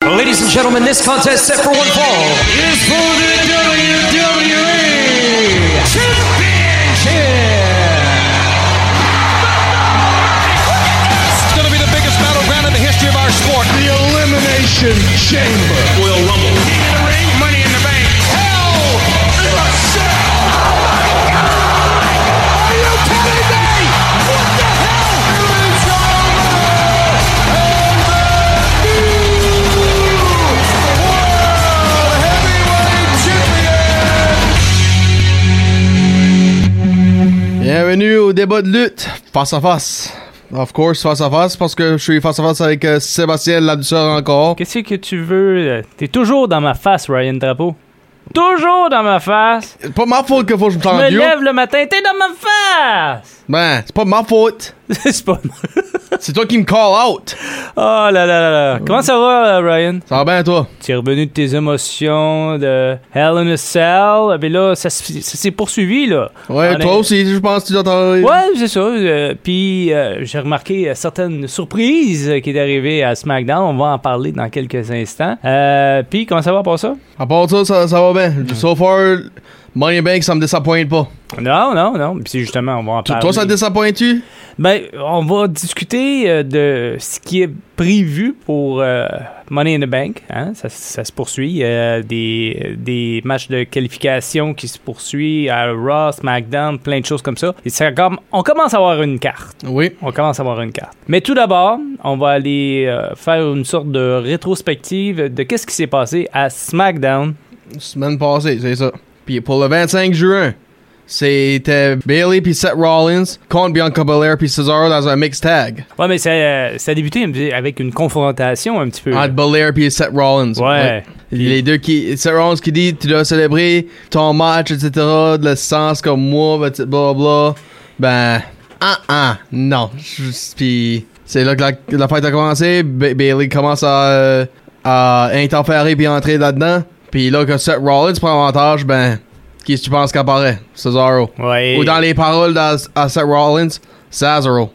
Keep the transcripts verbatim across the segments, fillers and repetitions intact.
Ladies and gentlemen, this contest set for one fall is for the W W E Championship. It's going to be the biggest battleground in the history of our sport. The Elimination Chamber. Royal Rumble. King of the Ring, Money in the Bank. Hell in a Cell. Oh my God! Are you kidding me? What the hell? It's over! And the new World Heavyweight Champion! Bienvenue au débat de lutte, face à face. Of course, face à face, parce que je suis face à face avec euh, Sébastien Ladouceur encore. Qu'est-ce que tu veux? T'es toujours dans ma face, Ryan Drapeau. Toujours dans ma face. C'est pas ma faute qu'il faut que je me Je sente me vieux. lève le matin, t'es dans ma face. Ben, c'est pas ma faute. C'est pas... C'est toi qui me call out. Oh là là là là. Comment ça va, Ryan? Ça va bien, toi? Tu es revenu de tes émotions de Hell in a Cell. Mais là, ça, s- ça s'est poursuivi, là. Ouais, On toi est- aussi, je pense que tu dois Ouais, c'est ça. Euh, Puis euh, j'ai remarqué euh, certaines surprises euh, qui est arrivées à SmackDown. On va en parler dans quelques instants. Euh, Puis comment ça va pour ça? À part ça, ça, ça va bien. So far, Money in the Bank, ça me désappointe pas. Non, non, non. Puis c'est justement, on va en Toi, parler. toi, ça te désappointe-tu? Ben, on va discuter euh, de ce qui est prévu pour euh, Money in the Bank. Hein? Ça, ça se poursuit. Euh, des, des matchs de qualification qui se poursuivent à Raw, SmackDown, plein de choses comme ça. Et ça comme, on commence à avoir une carte. Oui. On commence à avoir une carte. Mais tout d'abord, on va aller euh, faire une sorte de rétrospective de qu'est-ce qui s'est passé à SmackDown. Semaine passée, c'est ça. Puis pour le vingt-cinq juin, c'était Bayley puis Seth Rollins contre Bianca Belair puis Cesaro dans un mixed tag. Ouais, mais ça, euh, ça a débuté avec une confrontation un petit peu. Entre Belair puis Seth Rollins. Ouais. Les deux qui. Seth Rollins qui dit tu dois célébrer ton match, et cetera. De le sens comme moi, blablabla. Ben. Ah ah. Non. Juste- Puis c'est là que la, la fête a commencé. Ba- Bayley commence à, euh, à interférer puis entrer là-dedans. Puis là que Seth Rollins prend avantage, ben. Qui est-ce que tu penses qu'apparaît? Cesaro. Ouais. Ou dans les paroles à, à Seth Rollins, Cesaro.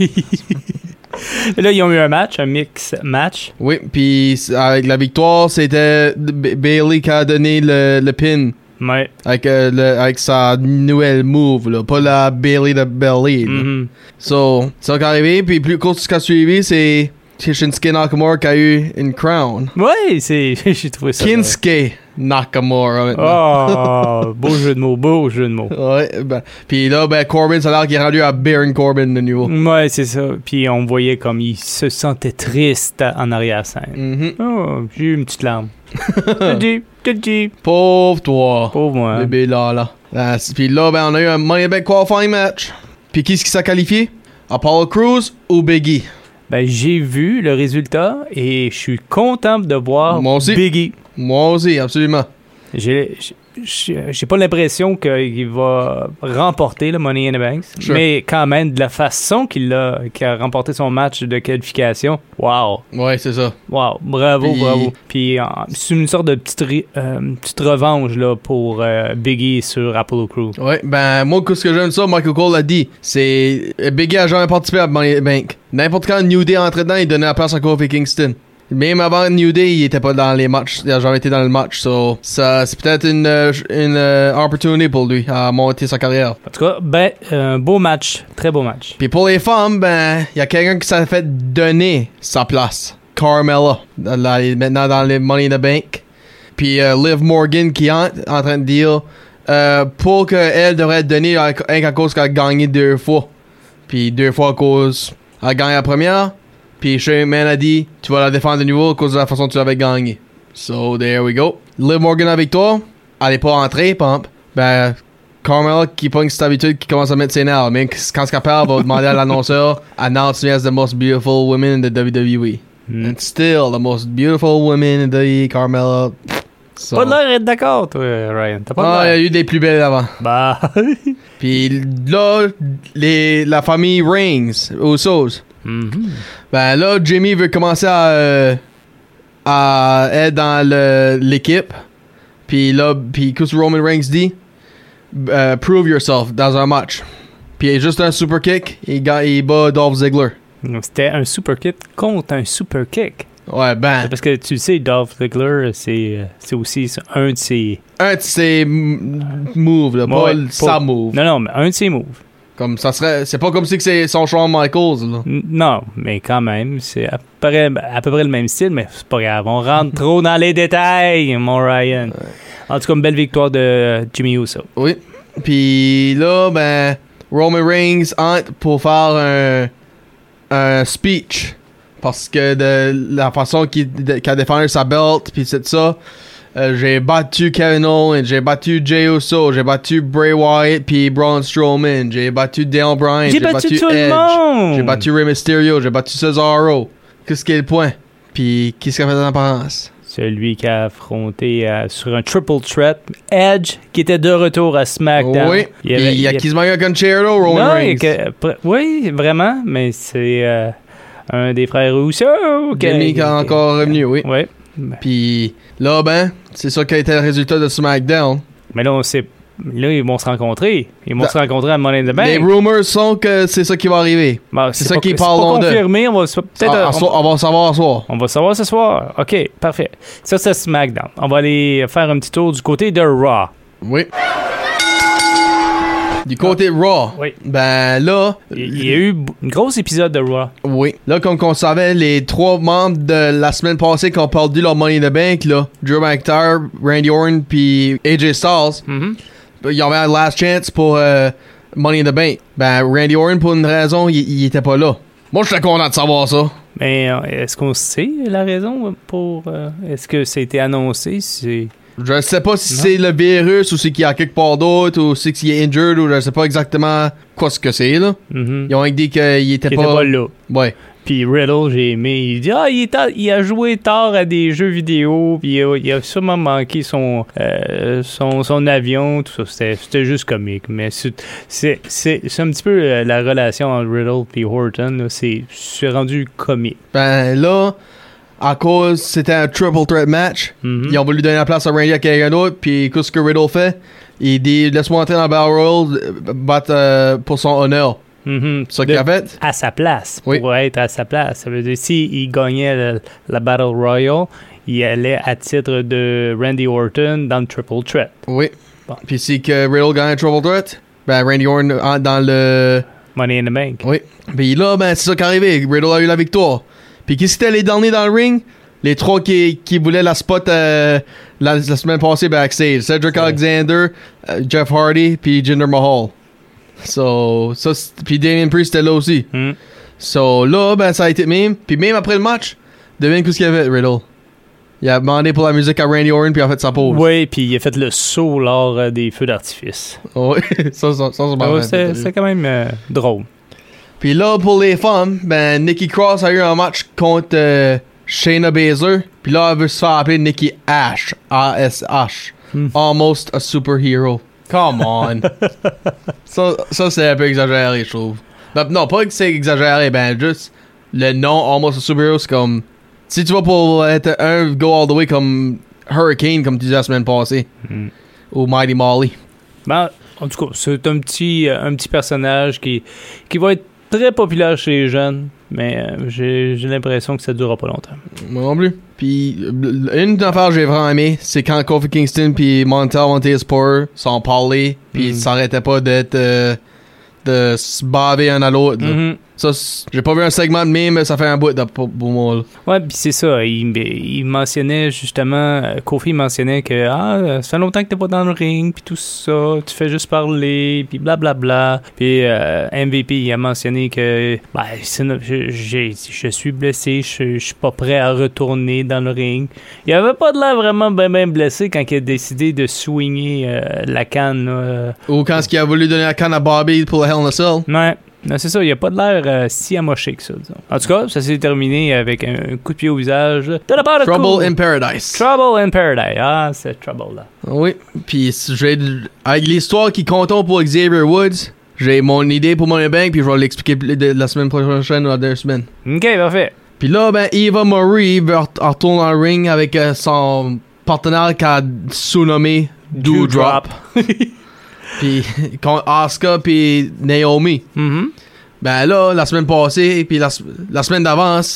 Là, ils ont eu un match, un mix match. Oui, puis avec la victoire, c'était B- Bayley qui a donné le, le pin. Ouais. Avec, euh, le, avec sa nouvelle move, là. Pas la Bayley de Bayley. là. Mhm. So, c'est ça qui est arrivé. Puis plus court ce qui a suivi, c'est Shinsuke Nakamura qui a eu une crown. Ouais, c'est. J'ai trouvé ça. Kinsuke Nakamura. maintenant. Oh, beau jeu de mots, beau jeu de mots. Ouais, ben, puis là, ben, Corbin, ça a l'air qu'il est rendu à Baron Corbin de nouveau. Ouais, c'est ça. Puis on voyait comme il se sentait triste en arrière-scène. Mhm. Oh, j'ai eu une petite larme. Petit, petit. Pauvre toi. Pauvre moi. Bébé là, là. Ah, c- Puis là, ben, on a eu un Money in the Bank qualifying match. Puis qui est-ce qui s'est qualifié? Apollo Crews ou Biggie? Ben, j'ai vu le résultat et je suis content de voir Moi aussi. Biggie. Moi aussi, absolument. J'ai, j'ai, j'ai pas l'impression qu'il va remporter le Money in the Bank, Sure. mais quand même de la façon qu'il a, qu'il a remporté son match de qualification, wow, Ouais, c'est ça. wow, bravo, Puis- bravo. Puis euh, c'est une sorte de petite, ri- euh, petite revanche là pour euh, Biggie sur Apollo Crews. Ouais, ben, moi, ce que j'aime ça, Michael Cole l'a dit, c'est Biggie a jamais participé à Money in the Bank. N'importe quand New Day entrait dedans, il donnait la place à Kofi Kingston. Même avant New Day, il était pas dans les matchs. Il a jamais été dans le match. So, ça, c'est peut-être une, euh, une euh, opportunité pour lui à monter sa carrière. En tout cas, ben, un beau match, très beau match. Puis pour les femmes, ben, il y a quelqu'un qui s'est fait donner sa place. Carmella. Dans la- maintenant dans les Money in the Bank. Puis euh, Liv Morgan qui est en, en train de dire euh, pour qu'elle devrait être donnée à, à cause qu'elle a gagné deux fois. Puis deux fois à cause elle a gagné la première. Puis Shane McMahon a dit tu vas la défendre de nouveau à cause de la façon dont tu l'avais gagné. So there we go. Liv Morgan avec toi. Elle est pas entrée, pump. Ben, Carmella qui pogne cette habitude qui commence à mettre ses nerfs. Mais quand ce qu'elle parle, va demander à l'annonceur announce me as the most beautiful woman in the W W E. Hmm. And still the most beautiful woman in the W W E, Carmella. So. Pas de l'air d'être d'accord, toi, Ryan. T'as pas Ah, de il y a l'air. eu des plus belles avant. Bah. Puis là, les, la famille Reigns, Usos. Mhm. Ben là, Jimmy veut commencer à, euh, à être dans le- l'équipe. Puis là, puis qu'est-ce que Roman Reigns dit? Euh, prove yourself dans un match. Puis il est juste un super kick, il, ga- il bat Dolph Ziggler. Donc, c'était un super kick contre un super kick. Ouais, ben. Parce que tu le sais, Dolph Ziggler, c'est, c'est aussi un de ses... Un de ses m- moves, là, pas Ouais, le- pas- sa move. Non, non, mais un de ses moves. Comme ça serait. C'est pas comme si que c'est son Shawn Michaels, là. N- Non, mais quand même, c'est à peu près, à peu près le même style, mais c'est pas grave. On rentre trop dans les détails, mon Ryan. En tout cas, une belle victoire de Jimmy Uso. Oui. Puis là, ben, Roman Reigns entre pour faire un, un speech. Parce que de la façon qu'il de- qu'il a défendu sa belt, puis c'est ça. Euh, j'ai battu Kevin Owens, j'ai battu Jey Uso, j'ai battu Bray Wyatt puis Braun Strowman, j'ai battu Daniel Bryan, J'ai battu tout le Edge, monde! j'ai battu Rey Mysterio, j'ai battu Cesaro. Qu'est-ce qui est le point? Puis qu'est-ce qu'il a fait en apparence? Celui qui a affronté euh, sur un triple threat Edge, qui était de retour à SmackDown. Oui, Il y puis avait- il y a il y a- quasiment eu un concerto, Roman Non, il y a Reigns. que- pr- oui, vraiment, mais c'est euh, un des frères Uso. Jimmy qui est encore revenu, oui. Oui. Puis là, ben, c'est ça qui a été le résultat de SmackDown. Mais là, on sait. Là, ils vont se rencontrer. Ils vont Da- se rencontrer à Money in the Bank. Les rumors sont que c'est ça qui va arriver. Bon, c'est ça pas- qu'ils c'est parlent pas de. confirmé. On va se- peut-être. Ah, on- so- on va savoir ce soir. On va savoir ce soir. OK, parfait. Ça, c'est SmackDown. On va aller faire un petit tour du côté de Raw. Oui. Du côté de Raw, Oui. ben là, Il il y a eu b- une grosse épisode de Raw. oui. Là, comme qu'on savait, les trois membres de la semaine passée qui ont perdu leur Money in the Bank, là, Drew McIntyre, Randy Orton, puis A J Styles, Mhm. ils avaient un last chance pour euh, Money in the Bank. Ben, Randy Orton, pour une raison, il, il était pas là. Moi, j'étais content de savoir ça. Mais euh, est-ce qu'on sait la raison pour... euh, est-ce que ça a été annoncé? C'est... Je sais pas si Non. c'est le virus ou c'est qu'il y a quelque part d'autre ou c'est qu'il est injured ou je sais pas exactement quoi ce que c'est, là. Mhm. Ils ont dit qu'il était Il était pas... pas là. Ouais. Puis Riddle, j'ai aimé. Il dit Ah, il, est ta- il a joué tard à des jeux vidéo. Puis il a, il a sûrement manqué son, euh, son, son avion. Tout ça. C'était, c'était juste comique. Mais c'est, c'est, c'est, c'est un petit peu euh, la relation entre Riddle et Orton. Là. C'est, c'est rendu comique. Ben là, à cause c'était un triple threat match, Mhm. ils ont voulu donner la place à Randy à quelqu'un d'autre, puis qu'est-ce que Riddle fait? Il dit laisse-moi entrer dans le Battle Royale, euh, battre euh, pour son honneur. Mhm. C'est ça De- qu'il a fait? À sa place. Oui. Pour être à sa place. Ça veut dire s'il gagnait le- la Battle Royale, il allait à titre de Randy Orton dans le triple threat. Oui. Bon. Puis si que Riddle gagne un triple threat, ben Randy Orton entre dans le... Money in the Bank. Oui. Puis là, ben c'est ça qui est arrivé. Riddle a eu la victoire. Puis qui c'était les derniers dans le ring? Les trois qui, qui voulaient la spot euh, la, la semaine passée backstage. Cedric Ouais. Alexander, euh, Jeff Hardy, puis Jinder Mahal. So, ça, c'est- puis Damien Priest était là aussi. Hmm. So là, ben ça a été même. Puis même après le match, devine qu'est-ce qu'il y avait, Riddle. Il a demandé pour la musique à Randy Orton, puis il a fait sa pause. Oui, puis il a fait le saut lors euh, des feux d'artifice. Oui, ça, ça, ça, c'est Ah marrant. ouais, c'est, c'est quand même euh, drôle. Puis là, pour les femmes, ben Nikki Cross a eu un match contre euh, Shayna Baszler. Puis là, elle veut se faire appeler Nikki Ash. A S H. Hmm. Almost a superhero. Come on. ça, ça c'est un peu exagéré, je trouve. Ben, non, pas que c'est exagéré, ben juste le nom Almost a superhero, c'est comme... Si tu vas pour être un go all the way comme Hurricane, comme tu disais la semaine passée. Hmm. Ou Mighty Molly. Ben, en tout cas, c'est un petit, euh, un petit personnage qui, qui va être très populaire chez les jeunes, mais euh, j'ai, j'ai l'impression que ça ne durera pas longtemps. Moi non plus. Puis, euh, une affaire que j'ai vraiment aimé, c'est quand Kofi Kingston puis Montel Montez-Power sont parlés, puis Mm. ils s'arrêtaient pas d'être... euh, de se baver un à l'autre. là. Mhm. Ça, c'est- j'ai pas vu un segment de meme, mais ça fait un bout de, pour, pour moi. là. Ouais, puis c'est ça. Il, il mentionnait justement, euh, Kofi mentionnait que ah, ça fait longtemps que t'es pas dans le ring, puis tout ça, tu fais juste parler, puis blablabla. Puis euh, M V P, il a mentionné que ben, c'est no- je, j'ai- je suis blessé, je, je suis pas prêt à retourner dans le ring. Il avait pas de l'air vraiment bien ben blessé quand il a décidé de swinger euh, la canne. là, euh. Ou quand il a voulu donner la canne à Bobby pour le Hell in a Cell. Ouais. Non, c'est ça, il a pas de l'air euh, si amoché que ça, disons. En tout cas, ça s'est terminé avec un coup de pied au visage de la part de Trouble Cool. in Paradise. Trouble in Paradise. Ah, c'est Trouble là. Oui. Puis, j'ai, avec l'histoire qui compte pour Xavier Woods, j'ai mon idée pour Money Bank, puis je vais l'expliquer plus de la semaine prochaine ou dans deux semaines. Ok, parfait. Puis là, ben, Eva Marie va ret- retourner dans le ring avec euh, son partenaire qui a sous-nommé Doudrop. Puis contre Asuka puis Naomi. Mhm. Ben là, la semaine passée, puis la, la semaine d'avance,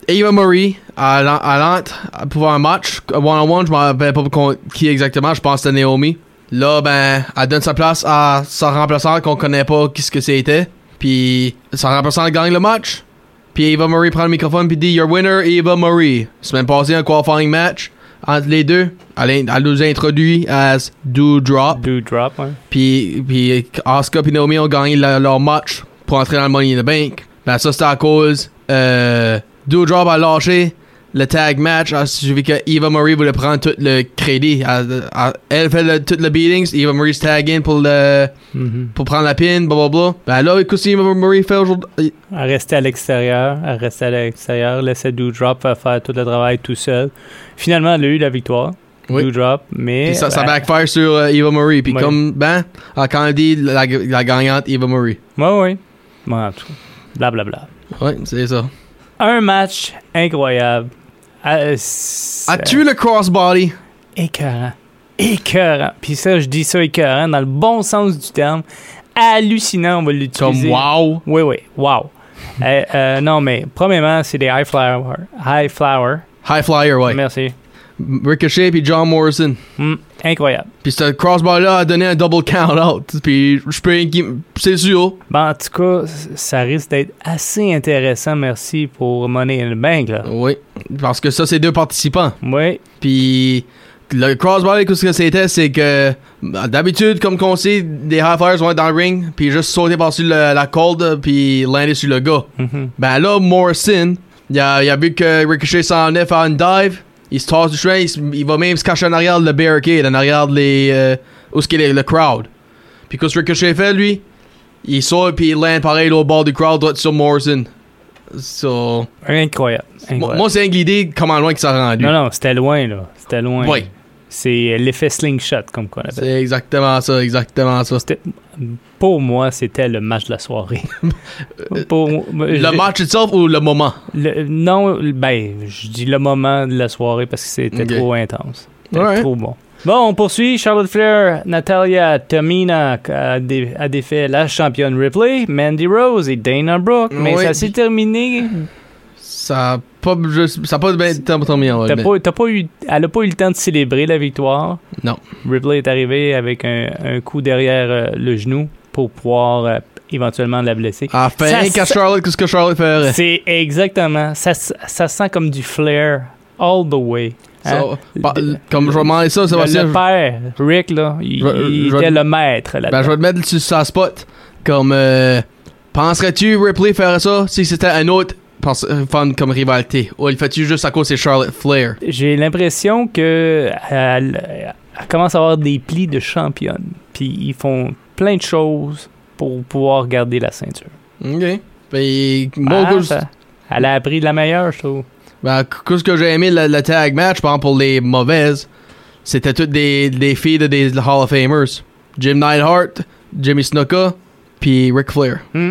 Eva Marie, elle, elle entre pour un match one-on-one, je m'en rappelle pas contre qui exactement, je pense que c'était Naomi. Là, ben, elle donne sa place à sa remplaçante qu'on connaît pas qu'est-ce que c'était. Puis, sa remplaçante gagne le match. Puis Eva Marie prend le microphone puis dit « Your winner, Eva Marie ». Semaine passée, un qualifying match entre les deux. Elle, elle nous introduit as Doudrop. Doudrop, ouais. Puis, puis Asuka et Naomi ont gagné la, leur match pour entrer dans le Money in the Bank. Ben ça, c'était à cause... Euh, Doudrop a lâché le tag match. A suivi que Eva Marie voulait prendre tout le crédit. Elle, elle, elle fait le, tout le beatings. Eva Marie se tag in pour, le, mm-hmm. pour prendre la pin, blablabla. Ben là, écoute, si Eva Marie fait aujourd'hui... Elle restait à l'extérieur. Elle restait à l'extérieur. Laissait Doudrop faire tout le travail tout seul. Finalement, elle a eu la victoire. Oui. Doudrop, mais... Puis ça, ça ben, backfire sur uh, Eva Marie. Puis oui. comme, ben, quand elle dit la, la gagnante, Eva Marie. Oui, oui. Bon, blablabla. Oui, c'est ça. Un match incroyable. Euh, As-tu le crossbody? Écœurant. Écœurant. Puis ça, je dis ça écœurant dans le bon sens du terme. Hallucinant, on va l'utiliser. Comme wow. Oui, oui, wow. euh, euh, non, mais premièrement, c'est des high flower. High flower. High flyer, ouais. Merci. Ricochet puis John Morrison. Mm, incroyable. Puis ce crossbar-là a donné un double count-out. Puis je peux... C'est sûr. Ben, en tout cas, ça risque d'être assez intéressant, merci, pour Money in the Bank, là. Oui, parce que ça, c'est deux participants. Oui. Puis le crossbar, ce que c'était, c'est que d'habitude, comme qu'on sait, des high flyers vont être dans le ring, puis juste sauter par-dessus le, la corde, puis lander sur le gars. Mm-hmm. Ben là, Morrison, il a, il a vu que Ricochet s'en est faire une dive. Il se tasse du chemin, il, il va même se cacher en arrière de le barricade, en arrière de les, euh, où est-ce qu'il est, le crowd. Puis qu'est-ce que Ricochet fait, lui? Il sort puis il land pareil au bord du crowd, droit sur Morrison. So, incroyable. incroyable. Moi, c'est une idée comment loin que ça a rendu. Non, non, c'était loin, là. C'était loin. Oui. C'est l'effet slingshot, comme qu'on appelle. C'est exactement ça, exactement ça. C'était, pour moi, c'était le match de la soirée. pour, le je, match itself ou le moment? Le, non, ben, je dis le moment de la soirée parce que c'était okay. trop intense. C'était right. trop bon. Bon, on poursuit. Charlotte Flair, Natalia, Tamina a, dé, a défait la championne Ripley, Mandy Rose et Dana Brooke. Mais oui. ça s'est terminé... Ça a pas, juste, ça a pas bien terminé. T'as pas, t'as pas eu, elle a pas eu le temps de célébrer la victoire. Non. Ripley est arrivé avec un, un coup derrière euh, le genou pour pouvoir euh, éventuellement la blesser. Ah, fait qu'à Charlotte, qu'est-ce que Charlotte ferait? C'est exactement. Ça, ça sent comme du Flair all the way. Hein? So, bah, de, comme je vais demander ça, ça le, va le père, Rick, là, il, je, il je, était je, le maître là-dedans. Ben, je vais te mettre sur sa spot. Comme, euh, penserais-tu Ripley faire ça si c'était un autre fun comme rivalité? Ou il fait-tu juste à cause c'est Charlotte Flair? J'ai l'impression que elle, elle commence à avoir des plis de championne. Puis ils font plein de choses pour pouvoir garder la ceinture. OK. Ben, bon, ah, ça, elle a appris de la meilleure, je trouve. Ben, qu'est-ce que j'ai aimé le, le tag match, par exemple, pour les mauvaises, c'était toutes des, des filles de des Hall of Famers. Jim Neidhart, Jimmy Snuka, puis Ric Flair. Mm.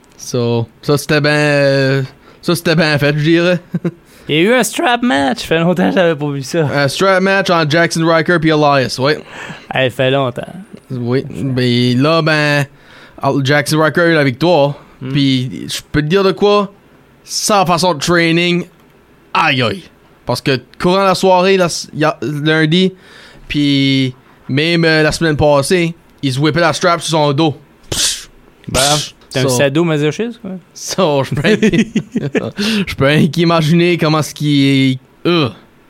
So, ça c'était bien... Ça, c'était bien fait, je dirais. Il y a eu un strap match. Ça fait longtemps que j'avais pas vu ça. Un strap match entre Jackson Riker et Elias, oui. Ça fait longtemps. Oui. Mais là, ben, Jackson Riker a eu la victoire. Mm. Puis, je peux te dire de quoi? Sans façon de training, aïe aïe. Parce que courant la soirée, la, ya, lundi, puis même euh, la semaine passée, il se whippait la strap sur son dos. Psh, ben. Psh. C'est un so, sadomasochisme, quoi. So, je peux, je peux imaginer comment ce qui est... Uh.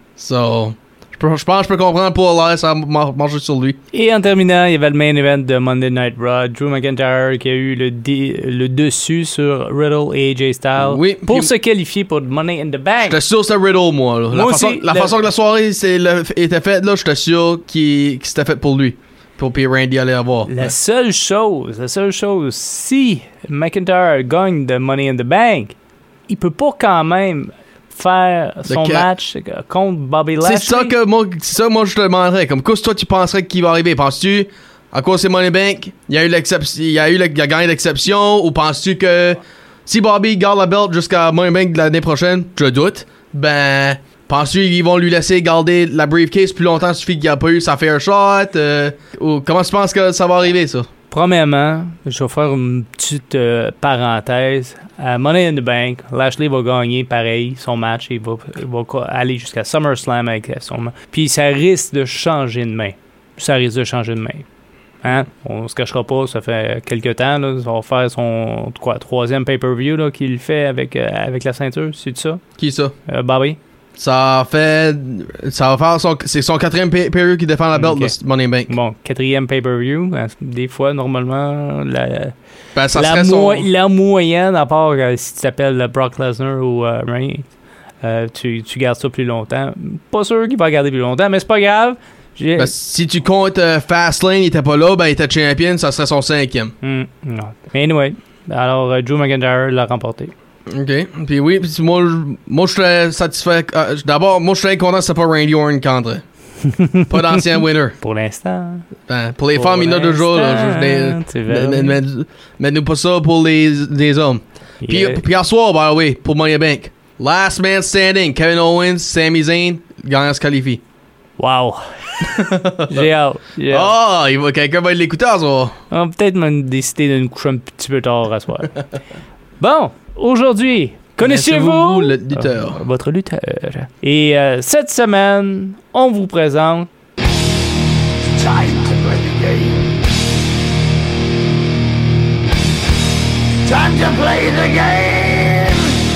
So, je, peux, je pense que je peux comprendre pour Elias à manger sur lui. Et en terminant, il y avait le main event de Monday Night Raw. Drew McIntyre qui a eu le, dé, le dessus sur Riddle et A J Styles oui, pour se qualifier pour Money in the Bank. J'étais sûr que c'était Riddle, moi. Là. La, moi façon, aussi, la le... façon que la soirée c'est, le, était faite, là, j'étais sûr qu'il, qu'il s'était fait pour lui. Pour P. Randy aller avoir. La seule chose, la seule chose, si McIntyre gagne de Money in the Bank, il peut pas quand même faire son ca- match contre Bobby Lashley. C'est ça que moi, c'est ça moi je te demanderais. Comme quoi, toi tu penserais qu'il va arriver? Penses-tu, à cause c'est Money in the Bank, il y a eu l'exception, il y a eu le, il a gagné l'exception, ou penses-tu que si Bobby garde la belt jusqu'à Money in the Bank de l'année prochaine, je doute, ben penses-tu qu'ils vont lui laisser garder la briefcase plus longtemps suffit qu'il n'y a pas eu sa fair shot? Euh, ou comment tu penses que ça va arriver, ça? Premièrement, je vais faire une petite euh, parenthèse. À Money in the Bank, Lashley va gagner pareil son match. Il va, il va aller jusqu'à SummerSlam avec son match. Puis ça risque de changer de main. Ça risque de changer de main. Hein? On ne se cachera pas, ça fait quelques temps. Là, ça va faire son quoi, troisième pay-per-view là, qu'il fait avec, euh, avec la ceinture. C'est ça? Qui ça? Euh, Bobby? Ça fait. Ça va faire son. C'est son quatrième pay- pay-per-view qui défend la belt, Okay. le Money in Bank. Bon, quatrième pay-per-view. Des fois, normalement, la, Ben, ça la, serait son. mo- la moyenne, à part euh, si tu t'appelles Brock Lesnar ou euh, Reigns, euh, tu, tu gardes ça plus longtemps. Pas sûr qu'il va garder plus longtemps, mais c'est pas grave. J'ai... Ben, si tu comptes euh, Fastlane, il était pas là, ben il était champion, ça serait son cinquième. Hmm, non. Mais anyway, alors euh, Drew McIntyre l'a remporté. Ok. Puis oui, puis moi, je- moi je serais satisfait. euh, D'abord, moi je serais content que c'était pas Randy Orton qui entrait. Pas d'ancien winner. Pour l'instant. Ben, pour les Pour femmes, il y en a déjà. Là, l'instant, je- des- c'est mais, vrai. mais, mais, mais nous pas ça pour les, les hommes. Puis, Yeah. puis à soir, by the way, pour Money in the Bank. Last man standing, Kevin Owens, Sami Zayn, gagnant se qualifie. Wow. J'ai hâte. J'ai hâte. Ah, il va, quelqu'un va l'écouter à soir. On va peut-être me décider de nous coucher un petit peu tard à soir. Bon, aujourd'hui, connaissez-vous Connaissez-vous le lutteur? Euh, votre lutteur. Et euh, cette semaine, on vous présente Time to play the game. Time to play the game.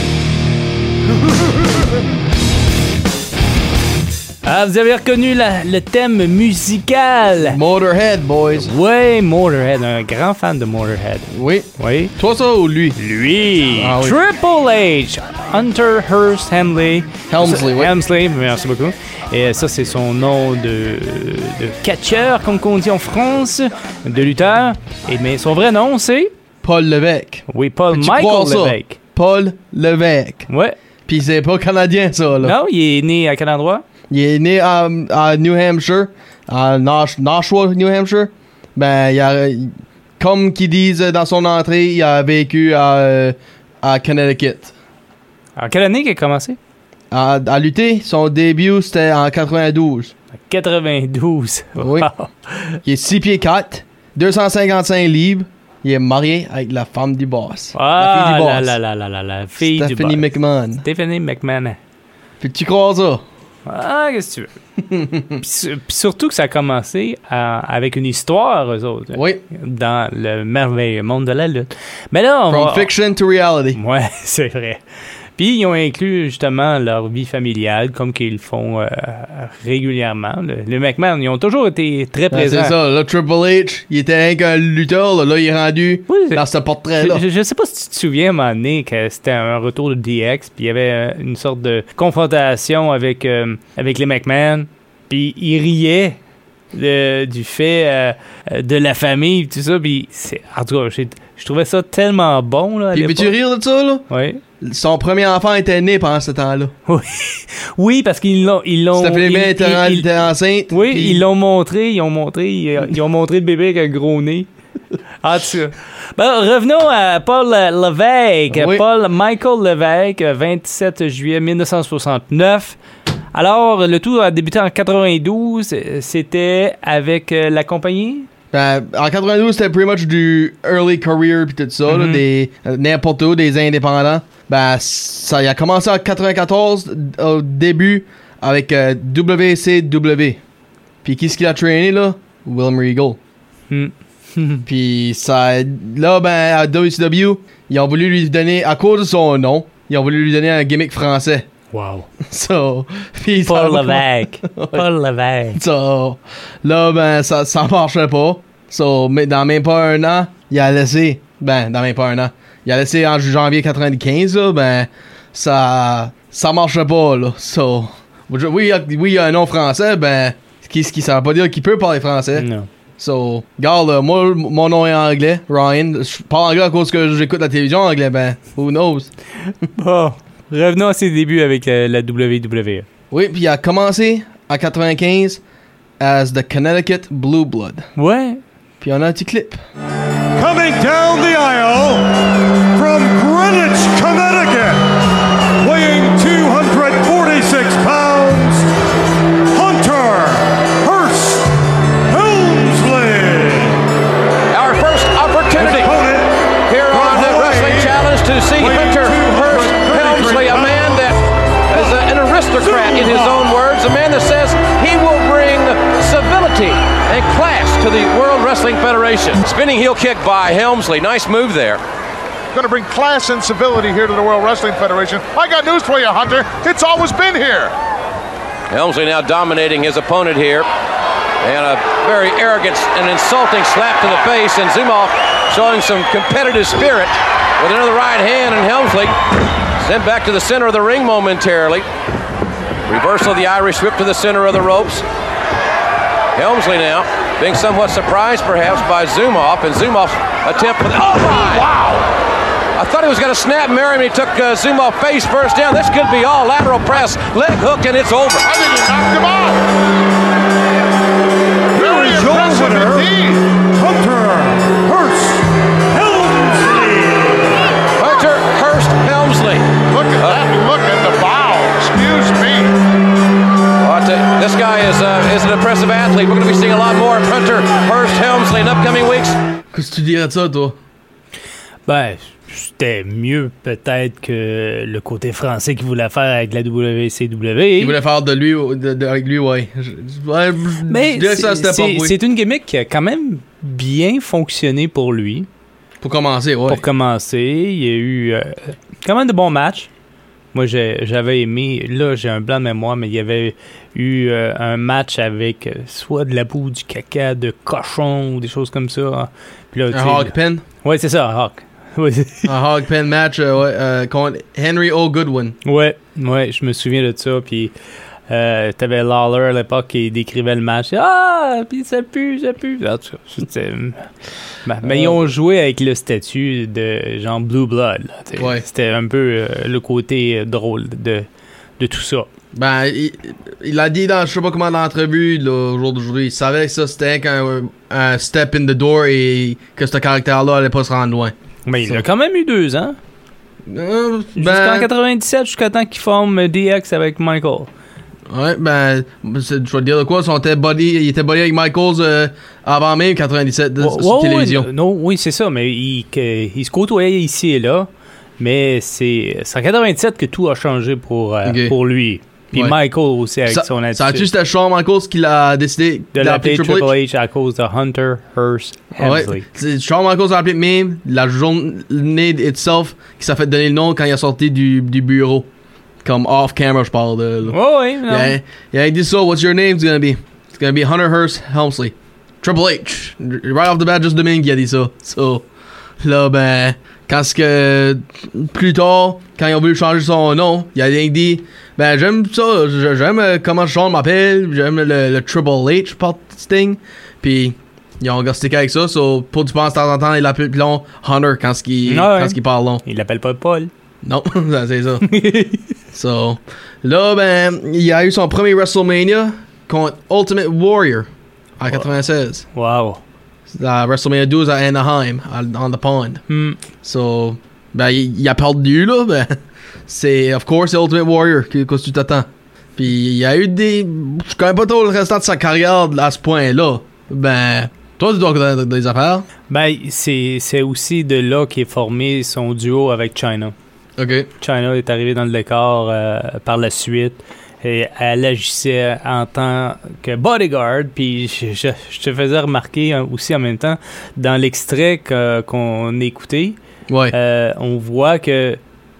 Ah, vous avez reconnu la- le thème musical. Motorhead, boys. Oui, Motorhead, un grand fan de Motorhead. Oui. Oui. Toi, ça ou lui? Lui, Ah oui. Triple H, Hunter Hearst Helmsley. Helmsley, oui. Helmsley, merci beaucoup. Et ça, c'est son nom de, de catcheur, comme on dit en France, de lutteur. Et, mais son vrai nom, c'est... Paul Levesque. Oui, Paul Peux-tu croire Michael ça? Levesque. Paul Levesque. Ouais. Pis c'est pas canadien, ça, là. Non, il est né à quel endroit? Il est né à, à New Hampshire, à Nash- Nashua, New Hampshire. Ben, il a, il- comme qu'ils disent dans son entrée, il a vécu à, euh, à Connecticut. En quelle année qu'il a commencé? À, à lutter, son début, c'était en quatre-vingt-douze. En quatre-vingt-douze. Oui. Wow. Il est six pieds quatre, deux cent cinquante-cinq livres. Il est marié avec la femme du boss. Ah, la fille du boss. la, la, la, la, la, la fille Stephanie du boss. McMahon. Stephanie McMahon. Puis tu crois ça? Ah, qu'est-ce que tu veux? puis, su- puis surtout que ça a commencé à- avec une histoire, eux autres. Oui. Dans le merveilleux monde de la lutte. Mais là, on From va... fiction to reality. Ouais, c'est vrai. Puis ils ont inclus justement leur vie familiale, comme qu'ils font euh, régulièrement. Le, le McMahon, ils ont toujours été très Ouais, présents. c'est ça, là, Triple H, il était rien qu'un lutteur, là, là, il est rendu Oui, c'est- dans ce portrait-là. Je, je, je sais pas si tu te souviens à un moment donné que c'était un retour de D X, puis il y avait euh, une sorte de confrontation avec, euh, avec les McMahon, puis ils riaient de- du fait euh, euh, de la famille, tout ça, puis c'est- en tout cas, j'ai- je trouvais ça tellement bon, là, à Puis peux-tu l'époque. rire de ça, là? Oui. Son premier enfant était né pendant ce temps-là. Oui, parce qu'ils l'ont... Ils l'ont Stephanie ils- McMahon était, ils- ils- était enceinte. Oui, puis- ils l'ont montré, ils ont montré, ils, ils ont montré le bébé avec un gros nez. En tout cas. Ben, revenons à Paul Levesque. Oui. Paul Michael Levesque, vingt-sept juillet mille neuf cent soixante-neuf. Alors, le tout a débuté en quatre-vingt-douze. C'était avec euh, la compagnie? Ben, en quatre-vingt-douze, c'était pretty much du early career pis tout ça, là, Mhm. des euh, n'importe où, des indépendants. Ben, ça il a commencé en quatre-vingt-quatorze au début avec euh, W C W. Puis qui ce qu'il a traîné là? William Regal. Hmm. Puis ça, là ben à W C W, ils ont voulu lui donner à cause de son nom, ils ont voulu lui donner un gimmick français. Wow. So, puis ça Paul va- Levesque. Paul Levesque. So, là, ben, ça, ça marchait pas. So, mais dans même pas un an, il a laissé. Ben, dans même pas un an. Il a laissé en janvier quatre-vingt-quinze, là, ben, ça. Ça marchait pas, là. So, oui, il y a, oui, il y a un nom français, ben, ce qui, ça veut pas dire qu'il peut parler français. Non. So, regarde, là, moi, mon nom est anglais, Ryan. Je parle anglais à cause que j'écoute la télévision en anglais, ben, who knows? Bon, revenons à ses débuts avec euh, la W W E. Oui, puis il a commencé en quatre-vingt-quinze as the Connecticut Blue Blood. Ouais. Puis on a un petit clip. Coming down the aisle from Greenwich, Connecticut, weighing two hundred forty-six pounds, Hunter Hearst Helmsley. Our first he will bring civility and class to the World Wrestling Federation. Spinning heel kick by Helmsley. Nice move there. Going to bring class and civility here to the World Wrestling Federation. I got news for you, Hunter. It's always been here. Helmsley now dominating his opponent here. And a very arrogant and insulting slap to the face. And Zumhofe showing some competitive spirit with another right hand. And Helmsley sent back to the center of the ring momentarily. Reversal of the Irish whip to the center of the ropes. Helmsley now being somewhat surprised perhaps by Zumhofe. And Zumhofe attempt for the... Oh my! Wow! I thought he was going to snap Mary when he took uh, Zumhofe face first down. This could be all lateral press, leg hook, and it's over. I think he knocked him out. Very impressive indeed. Hunter Hearst Helmsley. Hunter Hearst Helmsley. Look at Uh, that. Look at the bow. Excuse me. Well, I tell you, this guy is, uh, is an impressive athlete. We're going to be seeing a lot more of Hunter Hearst Helmsley in upcoming weeks. Qu'est-ce que tu dirais de ça, toi? Ben, c'était mieux peut-être que le côté français qu'il voulait faire avec la W C W. Il voulait faire de lui, de, de, avec lui, ouais. Je, ouais, Mais je dirais que ça, c'est, c'était pas c'est, oui. c'est une gimmick qui a quand même bien fonctionné pour lui. Pour commencer, ouais. Pour commencer, il y a eu euh, quand même de bons matchs. Moi, j'ai, j'avais aimé, là, j'ai un blanc de mémoire, mais il y avait eu euh, un match avec euh, soit de la boue, du caca, de cochon ou des choses comme ça. Puis là, Un hog pen. Ouais, c'est ça, un hog. Ouais, Un hog pen match euh, ouais, euh, contre Henry O. Goodwin. ouais, ouais, je me souviens de ça. Puis euh, t'avais Lawler à l'époque qui décrivait le match. Ah, puis ça pue, ça pue. En tout cas, c'était... Ben, mais ils ont joué avec le statut de genre Blue Blood. Là, Ouais. C'était un peu euh, le côté euh, drôle de, de tout ça. Ben, il, il a dit dans, je sais pas comment, dans l'entrevue, là, au jour d'aujourd'hui, il savait que ça, c'était un, un step in the door et que ce caractère-là allait pas se rendre loin. Mais il Ça. a quand même eu deux ans. Euh, Jusqu'en ben, quatre-vingt-dix-sept, jusqu'à temps qu'il forme D X avec Michael. ouais, ben, c'est- je vais te dire de quoi, son était buddy, il était buddy avec Michaels euh, avant même quatre-vingt-dix-sept de, Ouais, sur ouais, télévision. ouais, non, oui, c'est ça, mais il, que- il se côtoyait ici et là. Mais c'est, c'est en quatre-vingt-dix-sept que tout a changé pour, euh, Ok. pour lui. Puis Ouais. Michael aussi avec Ça, son ça a-tu attitude. c'était Shawn Michaels qui l'a décidé De d'appeler l'appeler Triple Triple H? H à cause de Hunter Hearst Ouais, Helmsley. c'est Shawn Michaels a appelé même la journée itself qui s'est fait donner le nom quand il est sorti du, du bureau. Comme off-camera, je parle de. Là. Ouais, ouais, non. Yeah, yeah, he did so. What's your name? It's gonna be, it's gonna be Hunter Hearst Helmsley. Triple H. Right off the bat, juste Domingue qui a dit ça. So, là, ben, quand ce que, plus tard, quand ils ont voulu changer son nom, il a rien dit, ben, j'aime ça, je- j'aime euh, comment Sean m'appelle, j'aime le, le Triple H part thing. Puis, ils ont gasté avec ça. So, pour du penses de temps en temps, il l'appelle plus long Hunter quand ce qu'il, Ah ouais. quand ce qu'il parle long. Il l'appelle pas Paul. Non, ça, c'est ça. So, là, ben, il a eu son premier WrestleMania contre Ultimate Warrior en quatre-vingt-seize. Wow. La WrestleMania douze à Anaheim, à- on the pond. Hmm. So, ben, il, il a perdu, là, ben, c'est, of course, c'est Ultimate Warrior, que, que tu t'attends. Puis, il y a eu des, je connais pas trop le restant de sa carrière à ce point-là. Ben, toi, tu dois connaître des affaires. Ben, c'est, c'est aussi de là qu'est formé son duo avec Chyna. OK. Chyna est arrivée dans le décor euh, par la suite. Et elle agissait en tant que bodyguard. Puis je, je- je te faisais remarquer hein, aussi en même temps, dans l'extrait que- qu'on écoutait, Ouais. euh, on voit que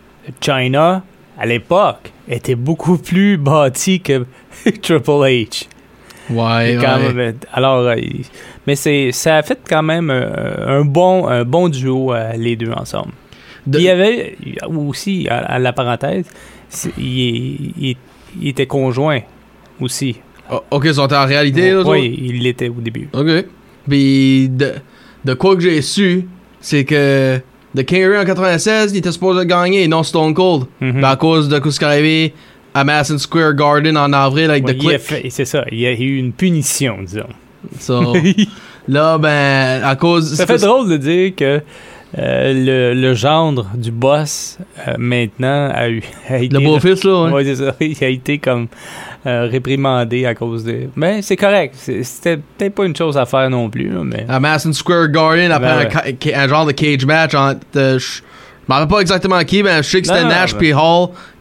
Chyna, à l'époque, était beaucoup plus bâtie que Triple H. ouais, Et quand ouais. même, alors, euh, il- mais c'est, ça a fait quand même euh, un, bon, un bon duo, euh, les deux ensemble. De- Puis il y avait aussi, à, à la parenthèse, c'est- il, il- il était conjoint aussi. Oh, OK, ils sont en réalité, là, Oui, il l'était au début. OK. Puis, de, de quoi que j'ai su, c'est que The King of the Ring en quatre-vingt-seize, il était supposé gagner et non Stone Cold. Mhm. Ben, à cause de ce qui est arrivé à Madison Square Garden en avril avec Ouais, The il a Click. fait- c'est ça, il y a eu une punition, disons. So, là, ben, à cause... Ça fait drôle de dire que euh, le, le gendre du boss, euh, maintenant, a, eu, a été... Le beau-fils, là, ouais. Ouais, c'est ça. Il a été comme euh, réprimandé à cause de... Mais c'est correct. C'est- C'était peut-être pas une chose à faire non plus, là, mais... À Madison Square Garden, après Ben un, ouais. ca- ca- un genre de cage match entre... euh, je je m'en rappelle pas exactement qui, mais je sais que c'était Non, non, Nash ben- puis Hall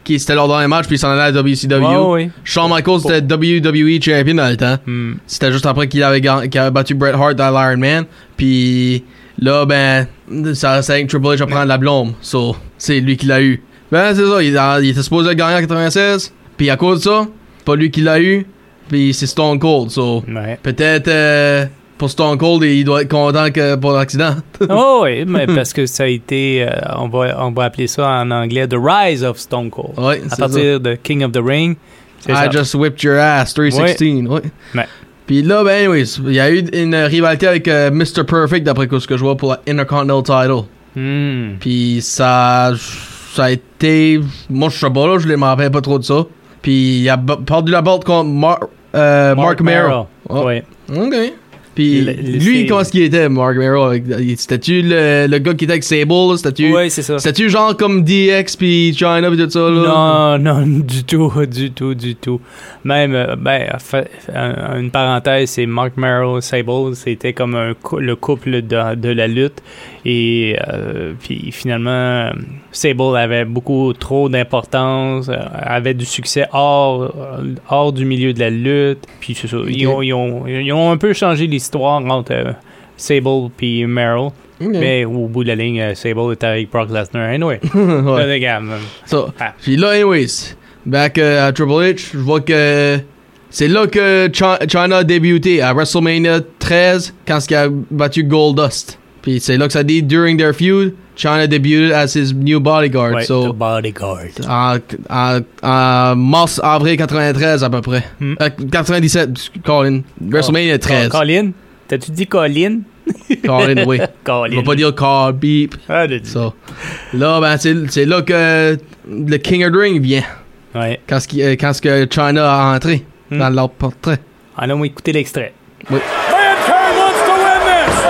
qui c'était leur dernier match, puis il s'en allait à W C W. Ouais, ouais. Shawn Michaels était W W E champion dans le temps. Hmm. C'était juste après qu'il avait, ga- qu'il avait battu Bret Hart dans l'Iron Man. Puis là, ben, ça, ça Triple H à prendre la blâme. So, c'est lui qui l'a eu. Ben, c'est ça, il, a- il était supposé gagner en quatre-vingt-seize. Puis à cause de ça, pas lui qui l'a eu. Puis c'est Stone Cold. So, Ouais. peut-être euh, pour Stone Cold, il doit être content que pour l'accident. Oh oui, mais parce que ça a été, euh, on, va, on va appeler ça en anglais The Rise of Stone Cold. Ouais, à c'est partir de King of the Ring. C'est I ça. just whipped your ass, three sixteen. Ouais. Ouais. Puis là, ben, anyways, il y a eu une rivalité avec euh, mister Perfect, d'après ce que je vois, pour la Intercontinental Title. Hmm. Puis ça, ça a été. Moi, je sais pas, là, je me rappelle pas trop de ça. Puis il a b- perdu la belt contre Mar- euh, Mark, Mark Merrow. Oh. Oui. Ok. Puis Le- le- lui, c'est- comment est-ce qu'il était, Mark Merrow? avec- C'était-tu le, le gars qui était avec Sable? là? C'était-tu Oui, c'est ça. c'était-tu genre comme D X puis China puis tout ça? Là? Non, non, du tout, du tout, du tout. Même, euh, ben, fait, un- une parenthèse, c'est Mark Merrow, Sable, c'était comme un cou- le couple de, de la lutte. Et euh, puis finalement, Sable avait beaucoup trop d'importance, euh, avait du succès hors, euh, hors du milieu de la lutte. Puis c'est ça, ils, ont, ils, ont, ils ont un peu changé l'histoire entre euh, Sable et Merrow. Ok. Mais au bout de la ligne, euh, Sable était avec Brock Lesnar. Anyway, Ouais. le gars, man. So, Ah. Puis là, anyways, back euh, à Triple H, je vois que c'est là que Chi- China a débuté à WrestleMania treize quand il a battu Goldust. Puis c'est là que ça dit during their feud, China debuted as his new bodyguard. Ouais, so, the bodyguard. en, en, en mars, avril quatre-vingt-treize à peu près. Hmm. Euh, quatre-vingt-dix-sept, Colin. WrestleMania treize. Colin? T'as-tu dit Colin? Colin, oui. Colin. On va pas dire call, beep. Ah, de- So, là, ben, c'est, c'est là que le King of the Ring vient. Ouais. Quand, ce qui- euh, quand ce que China a entré Hmm. dans leur portrait. Allons écouter l'extrait. Oui. Mankind wants to win this.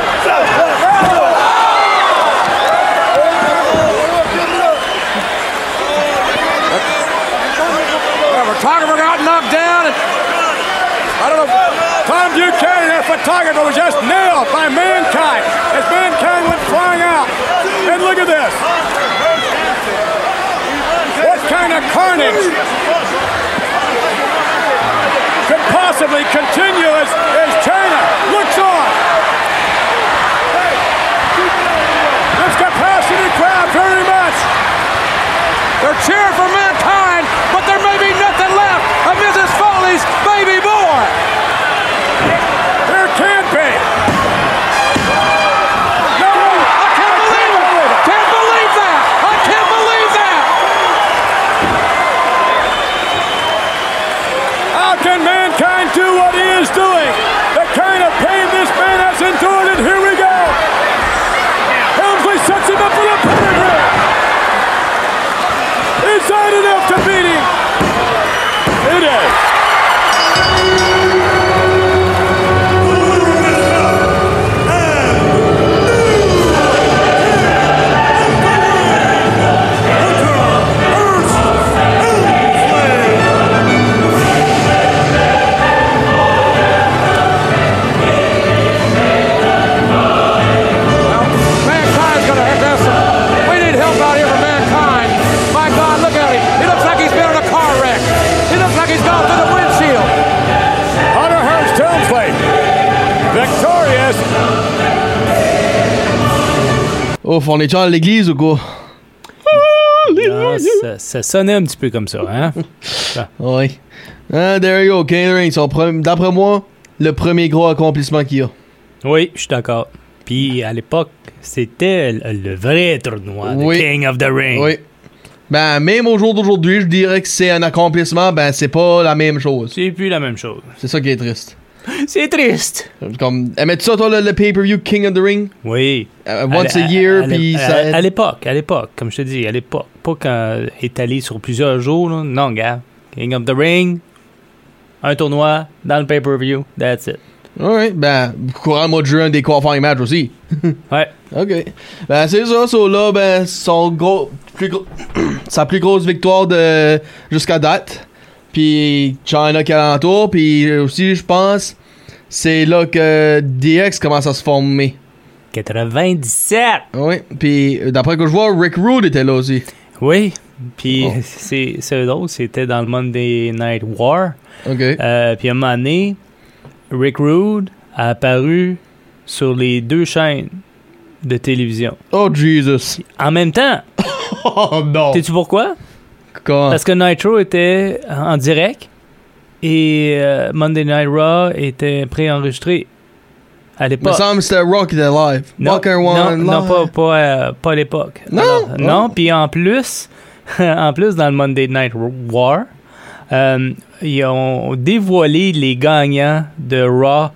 Photographer got knocked down. And I don't know. Tom Buchanan, that photographer, was just nailed by Mankind as Mankind went flying out. And look at this. What kind of carnage could possibly continue as, as China looks on? This capacity crowd very much. They're cheering for Mankind, but there may be nothing left of Missus Foley's baby boy. There can be. No, I can't believe it. Can't believe that. I can't believe that. how can Mankind do what he is doing? The kind of pain this man has endured, and here we go. Helmsley sets him up for the pedigree. Is that enough to beat him? It is. Mankind's gonna have to have some. We need help out here for Mankind. My God, look at him. He looks like he's been in a car wreck. He looks like he's gone through the windshield. Hunter Hearst Helmsley, victorious. Ouf, on est-tu à l'église ou quoi? Ah, ça, ça sonnait un petit peu comme ça, hein? Oui. Ah, there you go, King of the Ring. Son pre- D'après moi, le premier gros accomplissement qu'il y a. Oui, je suis d'accord. Puis à l'époque, c'était le, le vrai tournoi, Oui. The King of the Ring. Oui. Ben, même au jour d'aujourd'hui, je dirais que c'est un accomplissement, ben, c'est pas la même chose. C'est plus la même chose. C'est ça qui est triste. C'est triste. Comme, aimais-tu ça, toi, le, le pay-per-view King of the Ring? Oui. Euh, once À- a year, à- puis à- ça... à- À l'époque, à l'époque, comme je te dis, à l'époque. Pas quand étalé sur plusieurs jours, là. Non, gars. King of the Ring, un tournoi, dans le pay-per-view, that's it. Alright, ben, courant le mois de juin, des qualifying matchs aussi. Ouais. OK. Ben, c'est ça, ça, là, ben, son gros... Plus gros sa plus grosse victoire de jusqu'à date. Puis China qui alentour, puis aussi, je pense, c'est là que D X commence à se former. quatre-vingt-dix-sept! Oui, puis d'après que je vois, Rick Rude était là aussi. Oui, Puis Oh. c'est, c'est eux autres, c'était dans le Monday Night War. OK. Euh, puis à un moment donné, Rick Rude a apparu sur les deux chaînes de télévision. Oh, Jesus. En même temps. Oh, non. Sais-tu pourquoi? Comment? Parce que Nitro était en direct et euh, Monday Night Raw était préenregistré à Il me l'époque. semble que c'était Raw qui était live. Non, Walker non, One non, live. pas, pas, euh, pas à l'époque. Non? Alors, Oh. Non, puis en plus, en plus, dans le Monday Night War, euh, ils ont dévoilé les gagnants de Raw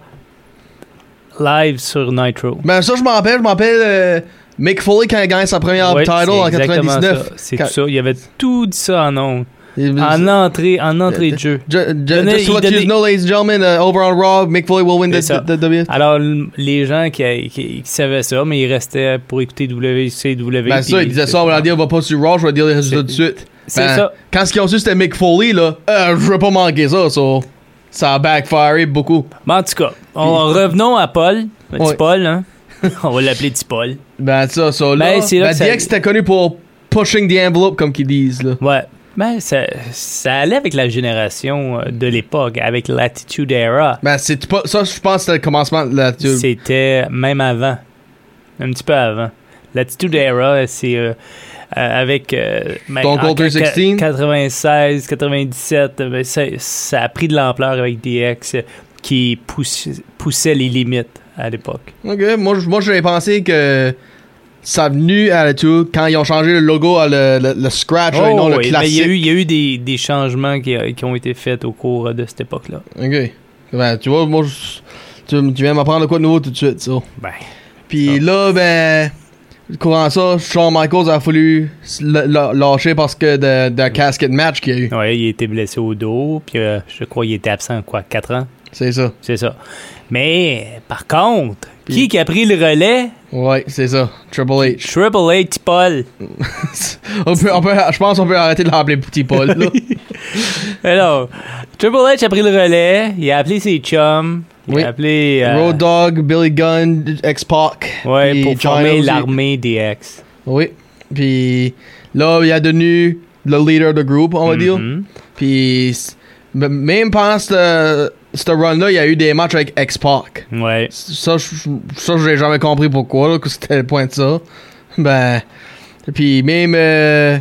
live sur Nitro. Ben, ça, je m'en rappelle. Je m'en rappelle euh, Mick Foley quand il a gagné sa première Ouais, title c'est en exactement quatre-vingt-dix-neuf. ça. C'est Quand- tout ça. Il avait tout dit ça en ondes. Il- En entrée, en entrée de jeu. Ju- ju- Donnait- just to il let donnait- you know, ladies and gentlemen, uh, over on Raw, Mick Foley will win the, C'est ça. the, the W. Alors, l- les gens qui, qui, qui savaient ça, mais ils restaient pour écouter W C W. Ben, ça, puis- il disait ça, on va dire, on va pas sur Raw, je vais dire les résultats tout de suite. C'est Ben, ça. Quand ce qu'ils ont su, c'était Mick Foley, là, euh, je veux pas manquer ça, so, ça a backfiré beaucoup. Mais en tout cas, on, revenons à Paul. Petit Ouais. Paul, hein? On va l'appeler Petit Paul. Ben, ça, ça, là, Ben, c'est là ben, que ça- D X était connu pour pushing the envelope, comme qu'ils disent, là. Ouais. Ben, ça, ça allait avec la génération euh, de l'époque, avec l'Attitude Era. Ben, c'est pas, ça, je pense que c'était le commencement de la... tu- C'était même avant. Un petit peu avant. L'Attitude Era, c'est euh, euh, avec... Euh, ben, Stone Cold en trois cent ca- seize? quatre-vingt-seize, quatre-vingt-dix-sept, ben, ça, ça a pris de l'ampleur avec D X euh, qui poussait, poussait les limites à l'époque. Ok, moi, j- moi j'avais pensé que ça a venu à la tout quand ils ont changé le logo à le, le, le scratch, là, et non le Oh, oui, mais il classique. y a eu, il y a eu des, des changements qui, qui ont été faits au cours de cette époque-là. Ok. Ben, tu vois, moi, je- tu, tu viens m'apprendre de quoi de nouveau tout de suite, ça. Ben, Puis là, ben, courant ça, Shawn Michaels a fallu s- l- l- lâcher parce que de, de casket match qu'il y a eu. ouais, il a été blessé au dos, puis euh, je crois qu'il était absent, quoi, quatre ans? C'est ça. C'est ça. Mais, par contre, Puis- qui qui a pris le relais? Ouais, c'est ça. Triple H. Triple H Paul. on peut, on peut, je pense qu'on peut arrêter de l'appeler Petit Paul, là. Alors, Triple H a pris le relais, il a appelé ses chums, il Oui. a appelé... euh, Road Dogg, Billy Gunn, X-Pac. ouais, puis pour China former aussi. l'armée D X. Oui. Puis là, il est devenu le leader du groupe, on va dire. Mhm. Puis s- m- même pendant ce ce run-là, il y a eu des matchs avec X-Pac. Ouais. Ça, je- ça j'ai jamais compris pourquoi, là, que c'était le point de ça. Ben, puis même euh,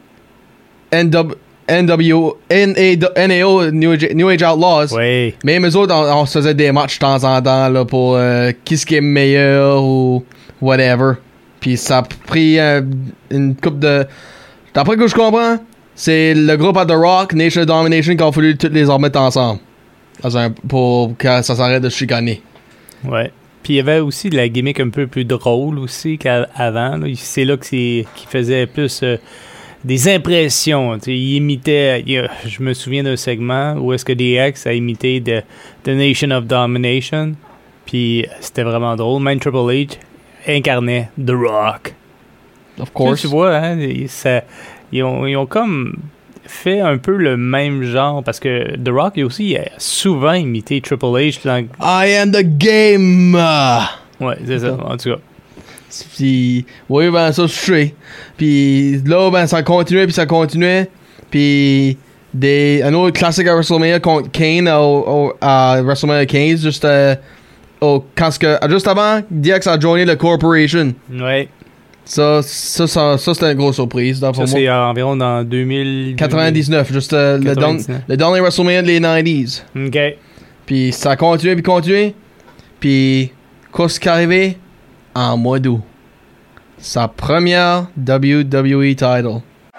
N W N W N A O, New Age, New Age Outlaws, Ouais. même eux autres, on, on se faisait des matchs de temps en temps là, pour euh, qui ce qui est meilleur ou whatever. Puis ça a pris euh, une coupe de... D'après que je comprends, c'est le groupe à The Rock, Nation of Domination, qui a fallu toutes les remettre ensemble. Dans un- pour que ça s'arrête de chicaner. Ouais. Puis il y avait aussi de la gimmick un peu plus drôle aussi qu'avant. là. C'est là que c'est qu'il faisait plus euh, des impressions. Tu sais, il imitait. il y a- je me souviens d'un segment où est-ce que D X a imité de, The Nation of Domination. Puis c'était vraiment drôle. Même Triple H incarnait The Rock. Of Tu, course. tu vois, hein, ils, ça- ils ont, ils ont comme fait un peu le même genre parce que The Rock il aussi a souvent imité Triple H dans... I am the game! Ouais, c'est ça, en tout cas. Puis, oui, ben ça, je sais. Puis là, ben ça continuait, puis ça continuait. Puis, des, un autre classique à WrestleMania contre Kane au, au- à WrestleMania quinze, juste, euh, au, quand ce que, juste avant, D X a joiné le Corporation. Ouais. Ça, ça, ça, ça c'était une grosse surprise. dans- Ça, pour moi. c'est environ dans deux mille... quatre-vingt-dix-neuf, juste euh, le, don- quatre-vingt-dix-neuf. le dernier WrestleMania des nineties. OK. Puis ça a continué, puis continué. Puis, qu'est-ce qui est arrivé? En mois d'août. Sa première W W E title.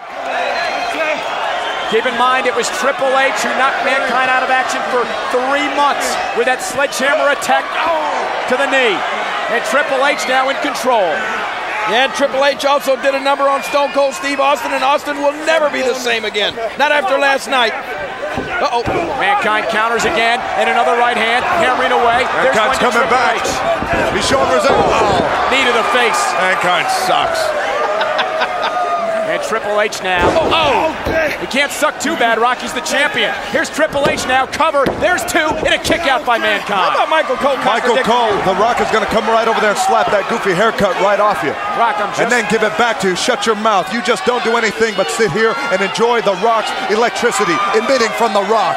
Keep in mind, it was Triple H who knocked Mankind out of action for three months with that sledgehammer attack to the knee. And Triple H now in control. Yeah, and Triple H also did a number on Stone Cold Steve Austin, and Austin will never be the same again. Not after last night. Uh-oh. Mankind counters again, and another right hand, hammering away. There's one Mankind's to coming Triple back. H. His shoulders up. Oh, Knee to the face. Mankind sucks. And Triple H now. Oh, he can't suck too bad. Rocky's the champion. Here's Triple H now. Cover. There's two. And a kick out by Mankind. How about Michael Cole? Michael Cole, The Rock is going to come right over there and slap that goofy haircut right off you. Rock, I'm just... And then give it back to you. Shut your mouth. You just don't do anything but sit here and enjoy The Rock's electricity emitting from The Rock.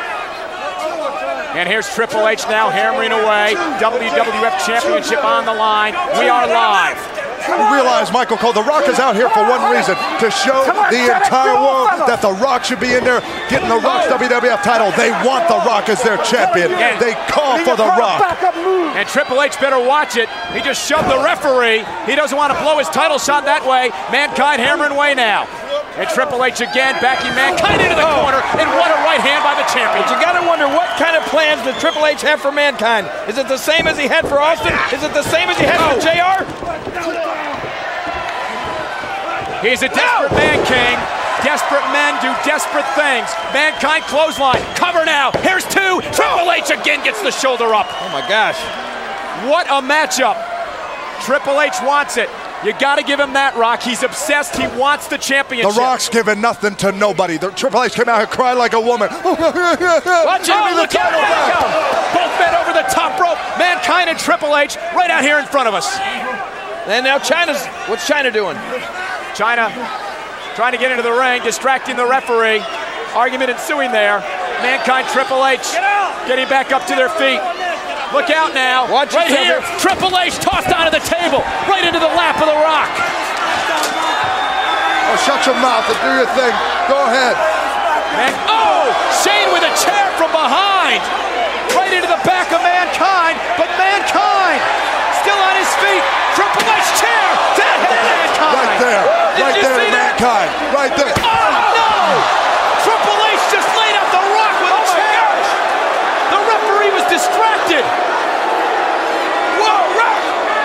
And here's Triple H now hammering away. W W F Championship on the line. We are live. You realize, Michael Cole, The Rock is out here for one reason, to show the entire world that The Rock should be in there getting The Rock's W W F title. They want The Rock as their champion. They call for The Rock. And Triple H better watch it. He just shoved the referee. He doesn't want to blow his title shot that way. Mankind hammering away now. And Triple H again backing Mankind into the corner. And what a right hand by the champion. But you got to wonder, what kind of plans does Triple H have for Mankind? Is it the same as he had for Austin? Is it the same as he had for J R? He's a desperate no. man, King. Desperate men do desperate things. Mankind clothesline. Cover now. Here's two. Triple H again gets the shoulder up. Oh, my gosh. What a matchup. Triple H wants it. You got to give him that, Rock. He's obsessed. He wants the championship. The Rock's giving nothing to nobody. The Triple H came out here crying like a woman. Watch out. Oh, look out. Both men over the top rope. Mankind and Triple H right out here in front of us. And now Chyna's, what's Chyna doing? Chyna trying to get into the ring, distracting the referee. Argument ensuing there. Mankind, Triple H getting back up to their feet. Look out now. Watch right it, here. Triple H tossed onto the table, right into the lap of The Rock. Oh, shut your mouth and do your thing. Go ahead. And, oh, Shane with a chair from behind. Right into the back of Mankind, but Mankind still on his feet. Triple H chair to the head of Mankind. Right there. Did right you there, see that? Mankind. Right there. Oh, no! Triple H just laid out The Rock with oh a chair. Gosh. The referee was distracted. Whoa, Rock!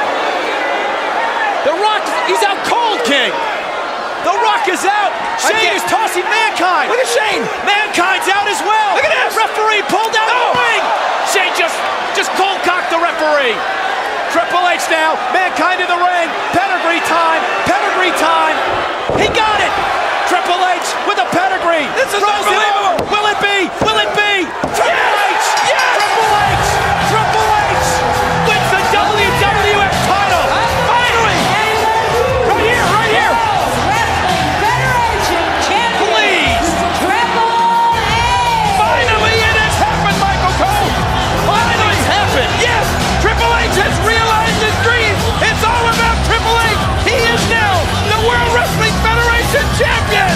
The Rock, he's out cold, King. The Rock is out. Shane is tossing Mankind. Look at Shane. Mankind's out as well. Look at this. Referee pulled out oh. the ring. Shane just, just cold cocked the referee. Triple H now. Mankind in the ring. Pedigree time. Pedigree time. He got it. Triple H with a pedigree. This is Throws unbelievable. Will it be? Will it be? Triple yes. H. Yes. Triple H. Triple H wins the W W F title. Finally. Right here. Right here. Please. Finally, it has happened, Michael Cole. Finally, it's happened. Yes. Triple H has realized his dream. It's all about Triple H. He is now the World Wrestling Federation champion.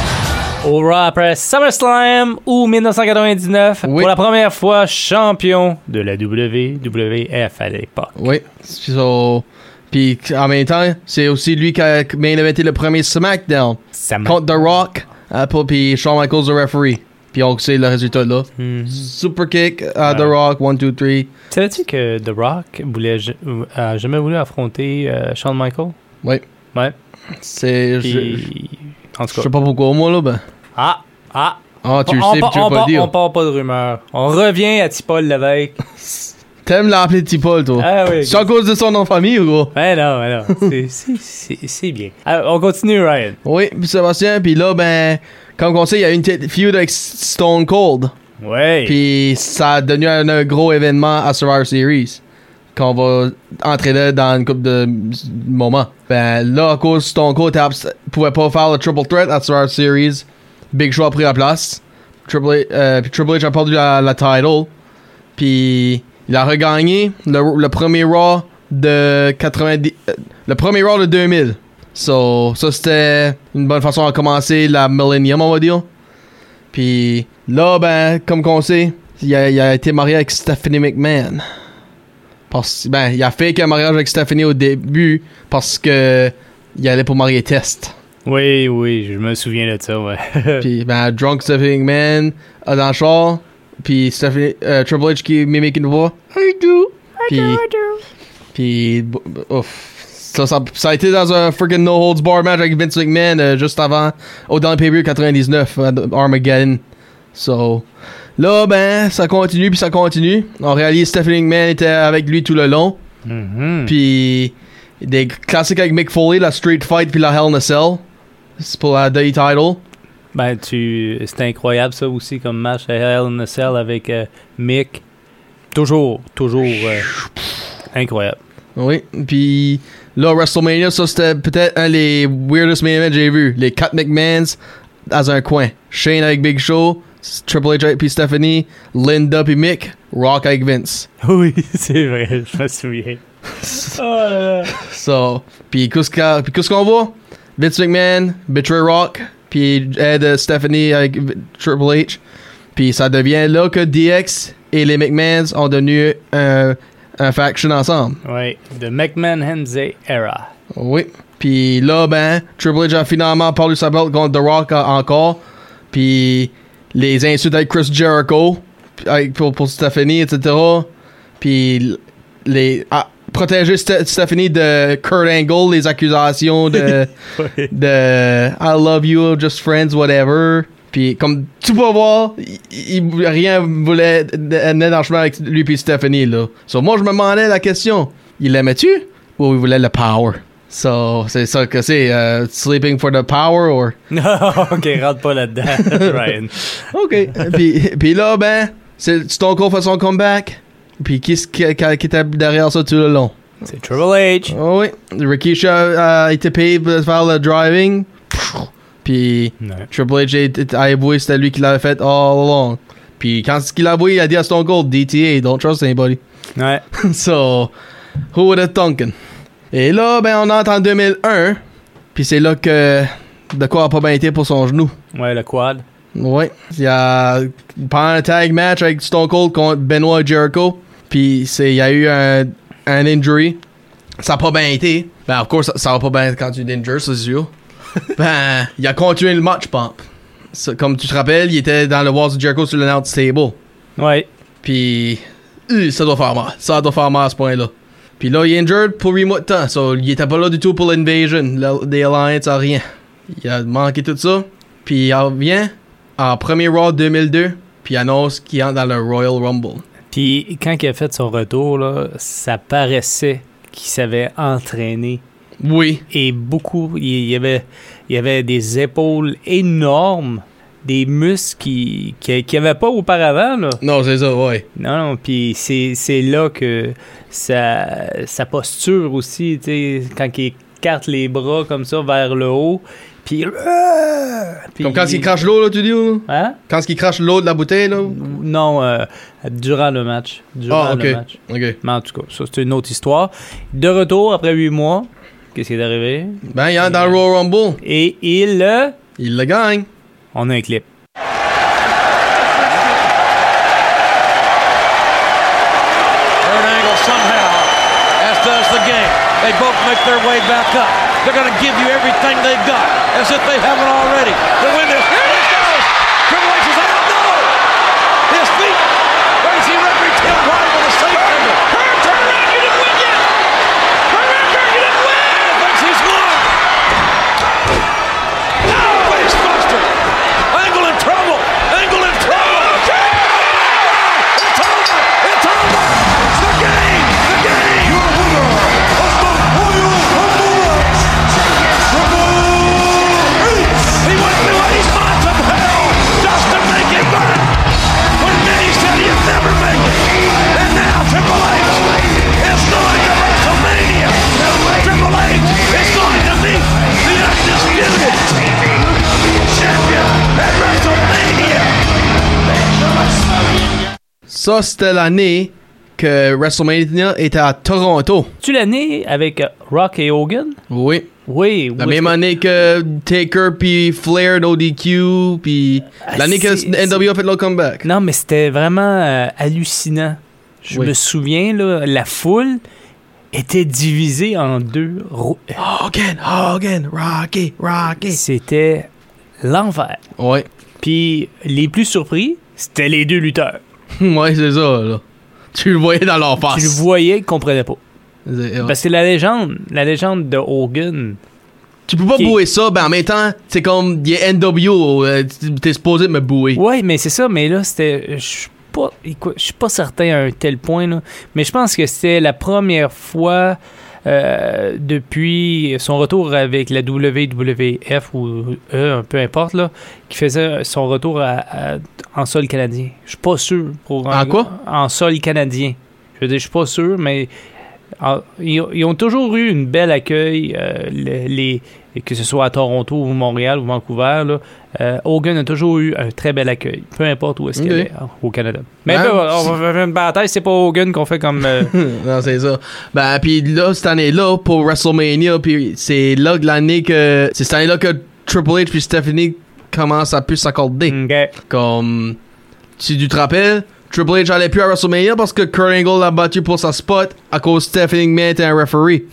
Au Raw après SummerSlam ou dix-neuf cent quatre-vingt-dix-neuf, oui. pour la première fois champion de la W W F à l'époque. Oui. So, puis en même temps, c'est aussi lui qui a main eventé le premier SmackDown Sam- contre The Rock, Apple, puis Shawn Michaels le referee. Puis on sait le résultat là. Mm-hmm. Super kick à ouais. The Rock, one, two, three. Savais-tu que The Rock voulait, a jamais voulu affronter euh, Shawn Michaels? Oui. Ouais. C'est... Puis, en tout cas. Je sais pas pourquoi, moi, là, ben... Ah! Ah! Ah, tu on, le on, sais, on, puis tu veux on, pas le dire. On part pas de rumeurs. On revient à T-Paul Lévesque. T'aimes l'appeler T-Paul, toi? Ah oui. C'est à cause de son nom de famille, ou quoi? Ben non, ben non. c'est, c'est, c'est, c'est bien. Alors, on continue, Ryan. Oui, puis Sébastien, puis là, ben... Comme on sait, il y a une petite feud avec Stone Cold. Ouais. Puis ça a devenu un, un gros événement à Survivor Series. Qu'on va entrer là dans une couple de moments. Ben là, à cause Stone Cold pouvait pas faire le Triple Threat à Survivor Series, Big Show a pris la place. Triple H, euh, puis Triple H a perdu la, la title. Puis il a regagné le, le premier Raw de quatre-vingt-dix... Euh, le premier Raw de deux mille. So, ça c'était une bonne façon de commencer la Millennium, on va dire. Puis là, ben, comme qu'on sait, il a, il a été marié avec Stephanie McMahon. Parce, ben, il a fait un mariage avec Stephanie au début parce que il allait pour marier Test. Oui, oui, je me souviens de ça, ouais. Puis, ben, Drunk Stephanie McMahon dans le char. Puis Stephanie, euh, Triple H qui mimique une voix. I do, I do, I do. Puis, ouf. Ça, ça, ça a été dans un freaking No Holds Bar match avec Vince McMahon euh, juste avant, au dans le pay-per-view quatre-vingt-dix-neuf, Armageddon. So, là, ben, ça continue, puis ça continue. On réalise Stephanie McMahon était avec lui tout le long. Mm-hmm. Puis, des classiques avec Mick Foley, la Street Fight, puis la Hell in a Cell. C'est pour la W title. Ben, tu... C'était incroyable, ça aussi, comme match à Hell in a Cell avec euh, Mick. Toujours, toujours euh, incroyable. Oui, puis là, WrestleMania, ça c'était peut-être un des weirdest main events que j'ai vu. Les quatre McMahons dans un coin. Shane avec Big Show, Triple H avec puis Stephanie, Linda puis Mick, Rock avec Vince. Oui, c'est vrai, je me souviens. Oh là là. So, puis qu'est-ce qu'on voit? Vince McMahon, Betray Rock, puis aide Stephanie avec Triple H. Puis ça devient là que D X et les McMahons ont devenu un, un faction ensemble. Oui, the McMahon-Henze era. Oui. Puis là, ben, Triple H a finalement parlé sa belt contre The Rock encore. Puis les insultes avec Chris Jericho, avec, pour, pour Stephanie, et cetera. Puis les... Ah, protéger St- Stephanie de Kurt Angle, les accusations de, Oui. de I love you, just friends, whatever. Puis comme tu peux voir, il, il, rien voulait aller dans le chemin avec lui puis Stephanie là. So moi je me demandais la question, il l'aimait-tu ou il voulait le power? So c'est ça que c'est, uh, sleeping for the power or? Ok, rentre pas là-dedans, Ryan. Ok. puis, puis là ben, c'est Stone Cold fait son comeback. Puis qui, qui, qui était derrière ça tout le long? C'est Triple H. Oh oui. Rikishi a été payé pour faire le driving. Puis Ouais. Triple H a avoué que c'était lui qui l'avait fait all along. Puis quand il l'a avoué, il a dit à Stone Cold, D T A, don't trust anybody. Ouais. So, who would have thunken? Et là, ben, on entre en deux mille un. Puis c'est là que de quoi a pas bien été pour son genou. Ouais, le quad. Ouais. Il y a pendant un tag match avec Stone Cold contre Benoit et Jericho. Puis c'est, il y a eu un, un injury. Ça a pas bien été. Ben, of course, ça, ça va pas bien quand tu es injured, c'est sûr. Ben, il a continué le match pump. Ça, comme tu te rappelles, il était dans le Walls of Jericho sur le announce table. Ouais. Puis, euh, ça doit faire mal. Ça doit faire mal à ce point-là. Puis là, il est injured pour huit mois de temps. So, il était pas là du tout pour l'invasion. Des Alliance, à rien. Il a manqué tout ça. Puis, il revient en premier Raw deux mille deux. Puis, il annonce qu'il entre dans le Royal Rumble. Puis quand il a fait son retour, là, ça paraissait qu'il s'avait entraîné. Oui. Et beaucoup. Il y avait, il y avait des épaules énormes, des muscles qu'il qui, qui avait pas auparavant. Là. Non, c'est ça, ouais. Non, non. Puis c'est, c'est là que sa, sa posture aussi, tu sais, quand il écarte les bras comme ça vers le haut. Puis, puis comme quand il crache l'eau, là, tu dis? Là? Hein? Quand il crache l'eau de la bouteille, là? Non, euh, durant le match. Durant ah, ok. le match. Ok. Mais en tout cas, ça, c'est une autre histoire. De retour, après huit mois, qu'est-ce qui est arrivé? Ben, il est dans le Royal Rumble. Et il le... Il le gagne. On a un clip. Kurt Angle somehow, as does the game. They both make their way back up. They're going to give you everything they've got, as if they haven't already. To win this. Here it goes. Triple H is out. No! His feet. Crazy referee Tim White with a safe finger. Kurt, turn around. You didn't win yet. Turn around, Kurt. You didn't win. He thinks he's won. No! Face buster. Angle in trouble. Angle in trouble. It's over. It's over. It's the game. The game. Your winner of the Royal Rumble. He went through eight months of hell just to make it back. When many said he'd never make it. And now Triple H is going to WrestleMania. Triple H is going to be the undisputed champion at WrestleMania. Ça, c'était l'année que WrestleMania était à Toronto. Tu l'année avec Rock et Hogan? Oui. Oui. La où même est-ce année que Taker puis Flair, No D Q, puis Ah, l'année que c'est- N W A a fait leur comeback. que- Non, mais c'était vraiment euh, hallucinant. Je Oui. me souviens, là, la foule était divisée en deux. Ro- Hogan, Hogan, Rocky, Rocky. C'était l'enfer. Ouais. Puis les plus surpris, c'était les deux lutteurs. Ouais, c'est ça, là. Tu le voyais dans leur face. Tu le voyais, ils ne comprenaient pas. C'est- ouais. Parce que la légende, la légende de Hogan, Tu peux pas qui- bouer ça, ben en même temps, c'est comme il y a N W O, euh, t'es supposé me bouer. ouais, mais c'est ça, mais là, c'était. Je suis pas. écoute, je suis pas certain à un tel point, là. Mais je pense que c'était la première fois euh, depuis son retour avec la W W F ou E, peu importe, là, qui faisait son retour à, à, en sol canadien. Je suis pas sûr. Pour en un, quoi? En sol canadien. Je veux dire, je suis pas sûr, mais en, ils, ils ont toujours eu une belle accueil, euh, les, les, que ce soit à Toronto ou Montréal ou Vancouver. Là, euh, Hogan a toujours eu un très bel accueil, peu importe où est-ce okay. qu'il est au Canada. Mais hein? là, on va faire une bataille, c'est pas Hogan qu'on fait comme... Euh... non, c'est ça. Ben, puis là, cette année-là, pour WrestleMania, puis c'est là que l'année que... C'est cette année-là que Triple H puis Stephanie commencent à plus s'accorder. Okay. Comme... Si tu te rappelles, Triple H allait plus à WrestleMania parce que Kurt Angle l'a battu pour sa spot à cause Stephanie McMahon était un referee.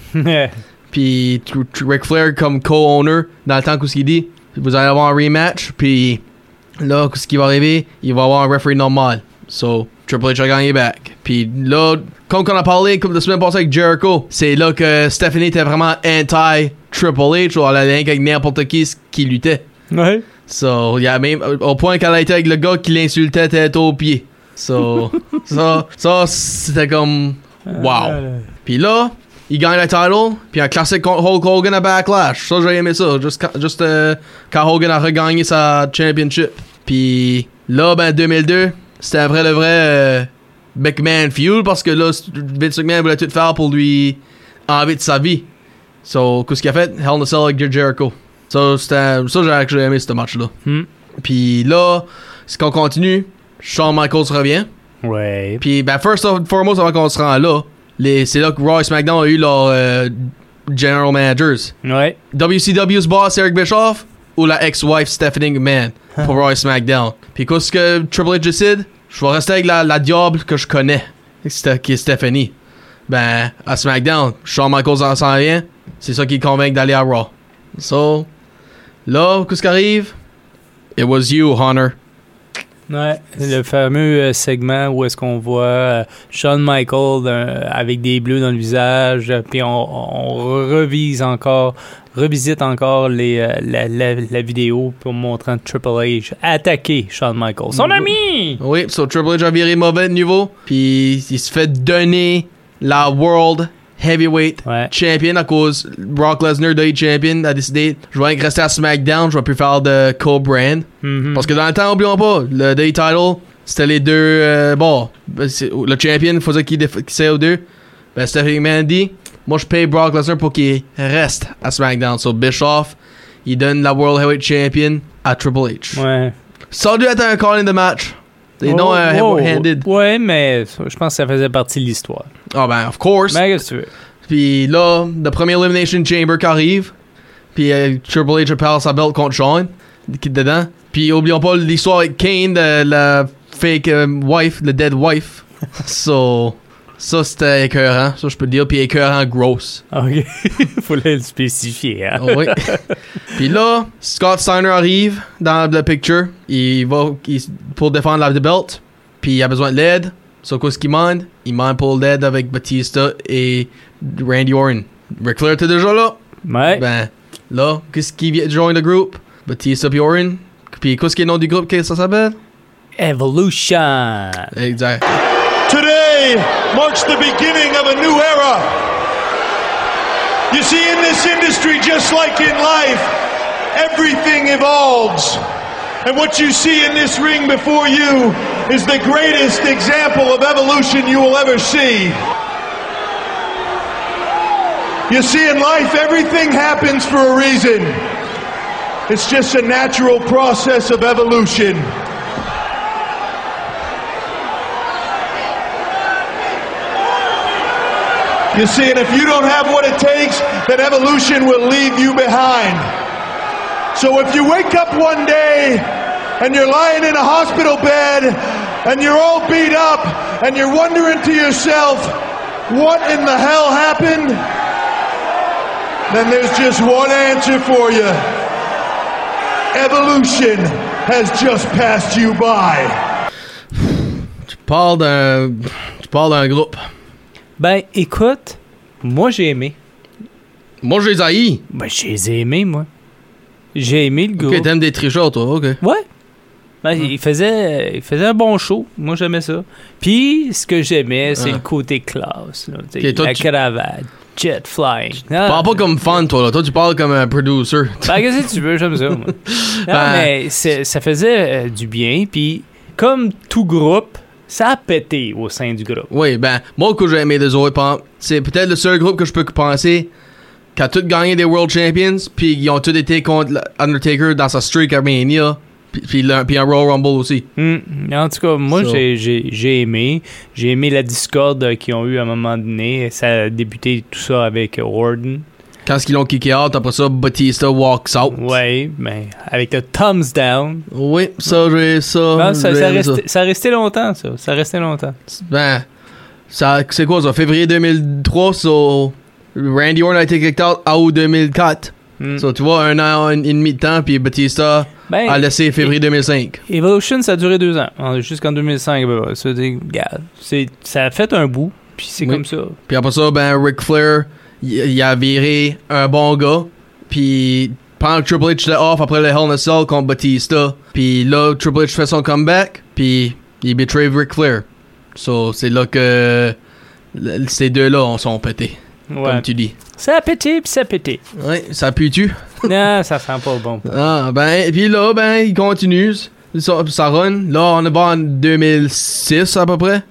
Puis Ric Flair comme co-owner dans le temps où ce qu'il dit, vous allez avoir un rematch, puis là, ce qui va arriver, il va avoir un referee normal. So, Triple H a gagné back. Puis là, comme on a parlé comme la semaine passée avec Jericho, c'est là que Stephanie était vraiment anti-Triple H, ou elle allait avec n'importe qui qui luttait. Ouais. So, il y a même, au point qu'elle a été avec le gars qui l'insultait tête aux pieds. So, ça, ça, c'était comme, wow. Puis là, il gagne le title, puis un classique contre Hulk Hogan à Backlash. Ça, j'ai aimé ça. Juste, juste euh, quand Hogan a regagné sa championship. Puis là, ben, deux mille deux, c'était après le vrai euh, McMahon feud, parce que là, Vince McMahon voulait tout faire pour lui enlever de sa vie. So, qu'est-ce qu'il a fait? Hell in a Cell avec Jericho. So, c'était, ça, j'ai, j'ai aimé ce match-là. Hmm. Puis là, si on continue, Shawn Michaels revient. Ouais. Puis, ben, first and foremost, avant qu'on se rende là, Les, c'est là que Raw et SmackDown ont eu leurs euh, general managers. Ouais. W C W's boss Eric Bischoff ou la ex-wife Stephanie McMahon pour Raw et SmackDown. Puis qu'est-ce que Triple H décide? Je vais rester avec la, la diable que je connais, qui est Stephanie. Ben, à SmackDown, Shawn Michaels s'en vient. C'est ça qui le convainc d'aller à Raw. So, là, qu'est-ce qui arrive? It was you, Hunter. Ouais, le fameux euh, segment où est-ce qu'on voit euh, Shawn Michaels euh, avec des bleus dans le visage, euh, puis on, on revise encore, revisite encore les, euh, la, la, la vidéo pour montrer Triple H attaquer Shawn Michaels, son ami! Oui, so Triple H a viré mauvais de niveau, puis il se fait donner la World Heavyweight ouais. Champion à cause Brock Lesnar de champion a décidé je vais rester à SmackDown, je vais plus faire de co-brand mm-hmm. parce que dans le temps, oublions pas, le Day Title c'était les deux euh, bon le champion faisait qu'il déf- qu aux deux. Ben Stephanie McMahon dit moi je paye Brock Lesnar pour qu'il reste à SmackDown. So Bischoff il donne la World Heavyweight Champion à Triple H. Ouais. Ça a dû être un call in the match. They oh, know uh, oh, handed. Ouais, mais je pense que ça faisait partie de l'histoire. Ah oh, ben, of course. Ben, qu'est-ce que tu veux? Puis là, le premier Elimination Chamber qui arrive. Puis euh, Triple H perd sa belt contre Shawn. Dedans. Puis oublions pas l'histoire avec Kane, de la fake um, wife, le dead wife. So, ça c'était écœurant. Ça je peux te dire. Puis écœurant gross. Ok. Faut le spécifier, hein? Oui. Puis là, Scott Steiner arrive dans la picture. Il va il, pour défendre la belt. Puis il a besoin de l'aide. So, qu'est-ce qu'il demande? Il demande pour l'aide avec Batista et Randy Orton. Ric Flair était déjà là. Ouais. Ben, là, qu'est-ce qui vient de join le groupe? Batista et Orton. Puis qu'est-ce qui est le nom du groupe? Qu'est-ce que ça s'appelle? Evolution. Exact. Today marks the beginning of a new era. You see, in this industry, just like in life, everything evolves. And what you see in this ring before you is the greatest example of evolution you will ever see. You see, in life, everything happens for a reason. It's just a natural process of evolution. You see, and if you don't have what it takes, then evolution will leave you behind. So if you wake up one day and you're lying in a hospital bed and you're all beat up and you're wondering to yourself, what in the hell happened? Then there's just one answer for you. Evolution has just passed you by. Tu parles d'un, tu parles d'un groupe. Ben, écoute, moi j'ai aimé. Moi j'ai haï. Ben, je les ai aimés, moi. J'ai aimé le groupe. Ok, t'aimes des tricheurs, toi, ok. Ouais. Ben, hum. il, faisait, il faisait un bon show. Moi, j'aimais ça. Puis, ce que j'aimais, c'est ah. le côté classe. Là, okay, toi, la tu, cravate. jet flying. Tu parles pas comme fan, toi, là. Toi, tu parles comme un producer. Ben, qu'est-ce que tu veux, j'aime ça, moi. Non, Ben- mais c'est- ça faisait euh, du bien, puis comme tout groupe, ça a pété au sein du groupe. Oui, ben, moi, que j'ai aimé des autres, par exemple, c'est peut-être le seul groupe que je peux penser qui a tous gagné des World Champions, puis ils ont tous été contre Undertaker dans sa streak à Mania, puis, puis, le- puis un Royal Rumble aussi. Hmm. En tout cas, moi, So. j'ai, j'ai, j'ai aimé. J'ai aimé la discorde euh, qu'ils ont eu à un moment donné. Ça a débuté tout ça avec euh, Orton. Quand ils l'ont kické out, après ça, Batista walks out. Ouais, mais avec le thumbs down. Oui, ça, j'ai ça. Non, ça, j'ai ça, aimé ça. restait, ça restait longtemps, ça. Ça restait longtemps. Ben, ça, c'est quoi ça? Février deux mille trois, so, Randy Orton a été kicked out à août deux mille quatre. Hmm. So, tu vois, un an et demi de temps, puis Batista Ben, a laissé février deux mille cinq. Evolution, ça a duré deux ans. En- Jusqu'en deux mille cinq. Ben, ouais, ça, c'est- regarde, c'est- ça a fait un bout, puis c'est Oui. comme ça. Puis après ça, ben, Ric Flair, il il a viré un bon gars. Puis pendant que Triple H était off après le Hell in a Cell contre Batista, puis là, Triple H fait son comeback, puis il betray Ric Flair. So, c'est là que le- ces deux-là on sont pétés, Ouais. comme tu dis. Ça a pété, puis ça a pété. Ouais, ça pue-tu? Non, ça sent pas bon. Ah, ben, puis là, ben, il continue. Ça, ça run. Là, on est bon en deux mille six à peu près.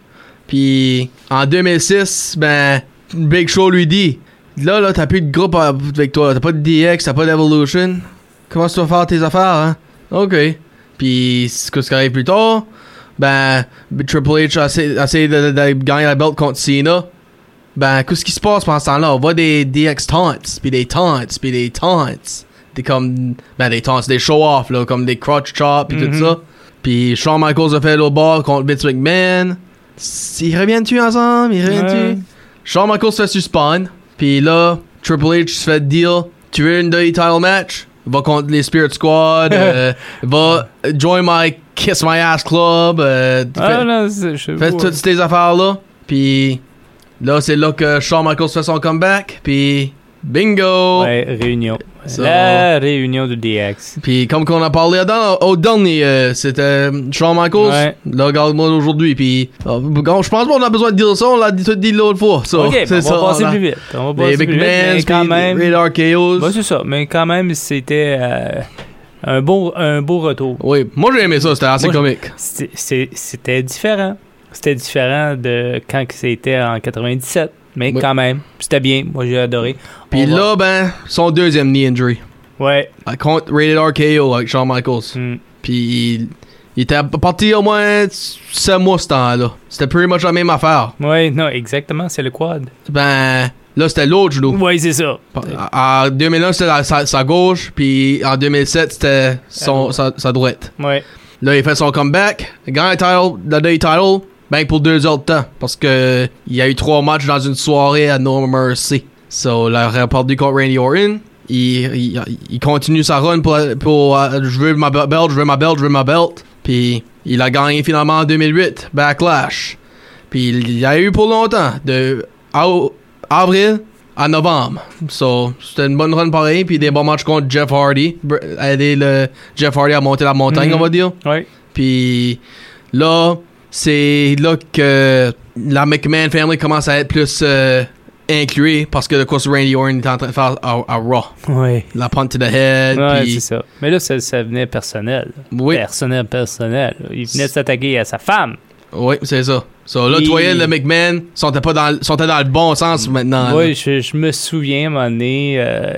Puis en deux mille six, ben, Big Show lui dit, là, là, t'as plus de groupe avec toi. T'as pas de D X, t'as pas d'Evolution. Comment tu vas faire tes affaires, hein? OK. Puis, ce que ce qui arrive plus tard, ben, Triple H a essayé, a essayé de, de, de gagner la belt contre Cena. Ben, qu'est-ce qui se passe pendant ce temps-là? On voit des D X taunts, puis des taunts, puis des taunts. Des comme, ben, des taunts, des show-off, là, comme des crotch chops, puis Mhm. tout ça. Puis Shawn Michaels a fait l'autre bord contre Vince McMahon. S- Ils reviennent-tu ensemble? Ils reviennent-tu? Ouais. Shawn Michaels se fait suspendre. Puis là, Triple H se fait deal. Tu veux une W title match? Va contre les Spirit Squad. euh, va join my Kiss My Ass Club. Euh, Ah, fais- non, c'est- je Fais vois. toutes ces affaires-là. Puis là, c'est là que Shawn Michaels fait son comeback. Puis bingo! Ouais, réunion. So- La réunion de D X. Puis comme qu'on a parlé dans, au dernier, euh, c'était Shawn Michaels. Ouais. Là, regarde-moi aujourd'hui. Puis euh, bon, je pense pas qu'on a besoin de dire ça. On l'a dit, tout dit l'autre fois. So, Ok, c'est on ça, va passer là. plus vite. On va Les passer plus vite, McMahon, mais quand même. Radar K Os. Bah, c'est ça, mais quand même, c'était euh, un, beau, un beau retour. Oui, moi j'ai aimé ça. C'était assez Moi, je- comique. C'était- c'est- C'était différent. C'était différent de quand que c'était en quatre-vingt-dix-sept. Mais Oui. quand même, c'était bien. Moi, j'ai adoré. Puis On va- là, ben, son deuxième knee injury. Ouais. Euh, Contre Radar K O avec Shawn Michaels. Hmm. Puis il, il était parti au moins sept mois ce temps-là. C'était pretty much la même affaire. Ouais, non, exactement, c'est le quad. Ben, là, c'était l'autre genou. Ouais, c'est ça. En deux mille un, c'était la- sa, sa gauche, puis en deux mille sept, c'était son, sa, sa droite. Ouais. Là, il fait son comeback, il gagne le title, le day title, ben pour deux heures de temps, parce que il y a eu trois matchs dans une soirée à No Mercy. So, là, il a perdu contre Randy Orton. Il, il, il continue sa run pour, pour euh, je veux ma belt, je veux ma belt, je veux ma belt. Puis il a gagné finalement en deux mille huit, Backlash. Puis il y a eu pour longtemps, de au- avril à novembre. So, c'était une bonne run pareil. Puis des bons matchs contre Jeff Hardy. Br- Aider le Jeff Hardy à monter la montagne, Mhm. on va dire. Ouais. Puis là, c'est là que la McMahon family commence à être plus euh, incluée parce que de quoi Randy Orton est en train de faire à, à Raw. Ouais. La punt to the head. Ouais, puis- c'est ça. Mais là, ça, ça venait personnel. Oui. Personnel, personnel. Il venait de s'attaquer à sa femme. Oui, c'est ça. So, là, Et- tu voyais, le McMahon sont pas dans, le- sont dans le bon sens maintenant. Oui, là. je, je me souviens, à un moment donné, euh,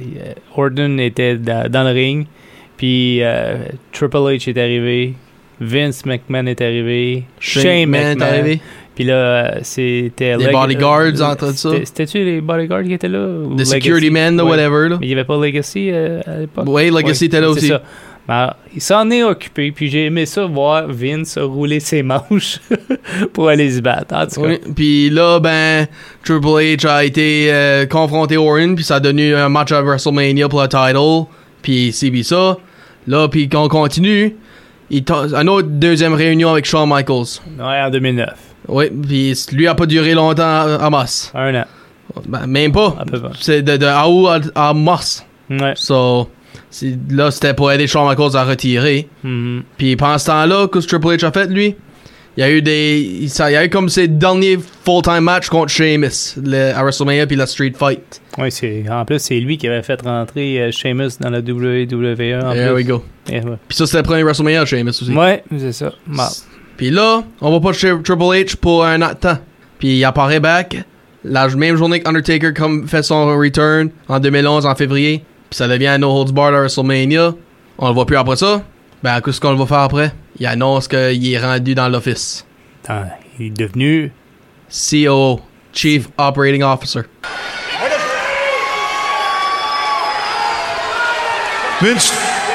Orton était dans, dans le ring, puis euh, Triple H est arrivé, Vince McMahon est arrivé, Shane Shane McMahon est McMahon. arrivé. Puis là, euh, c'était... Les Leg- bodyguards euh, en train de ça. c'était- C'était-tu les bodyguards qui étaient là? ou The Legacy? security men, là, Ouais. whatever. Là. Mais il n'y avait pas Legacy euh, à l'époque? Oui, Legacy était là c'est aussi. ça. Ben, il s'en est occupé, puis j'ai aimé ça voir Vince rouler ses manches pour aller se battre. En tout cas, Oui, puis là, ben, Triple H a été euh, confronté à Orton, puis ça a donné un match à WrestleMania pour le title, puis c'est bien ça. Là, puis qu'on continue, il t- une autre deuxième réunion avec Shawn Michaels. ouais, en deux mille neuf. Oui, puis lui a pas duré longtemps à, à mars. Un an, Ben, même pas. à peu près. C'est de, de août à, à mars. Ouais. So, c'est- là, c'était pour aider Shawn Michaels à retirer. Mhm. Puis pendant ce temps-là, qu'est-ce que Triple H a fait, lui? Il y a eu des. Ça, il y a eu comme ses derniers full-time matchs contre Sheamus le, à WrestleMania puis la Street Fight. Oui, c'est, en plus, c'est lui qui avait fait rentrer euh, Sheamus dans la W W E. En There plus. we go. Yeah, ouais. Puis ça, c'était le premier WrestleMania de Sheamus aussi. Ouais, c'est ça. Bon. Puis là, on va pas chez Triple H pour un autre temps. Puis il apparaît back la même journée qu'Undertaker comme fait son return en deux mille onze en février. Puis ça devient un No Holds Barred à WrestleMania. On le voit plus après ça. Ben, qu'est-ce qu'on va faire après? Il annonce qu'il est rendu dans l'office. Ah, il est devenu C O O, Chief Operating Officer. Vince,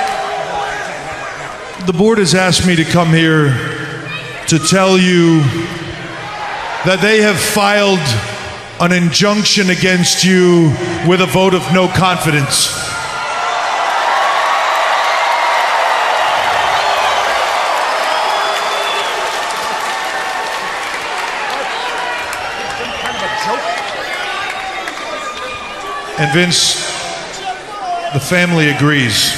the board has asked me to come here to tell you that they have filed an injunction against you with a vote of no confidence. And Vince, the family agrees.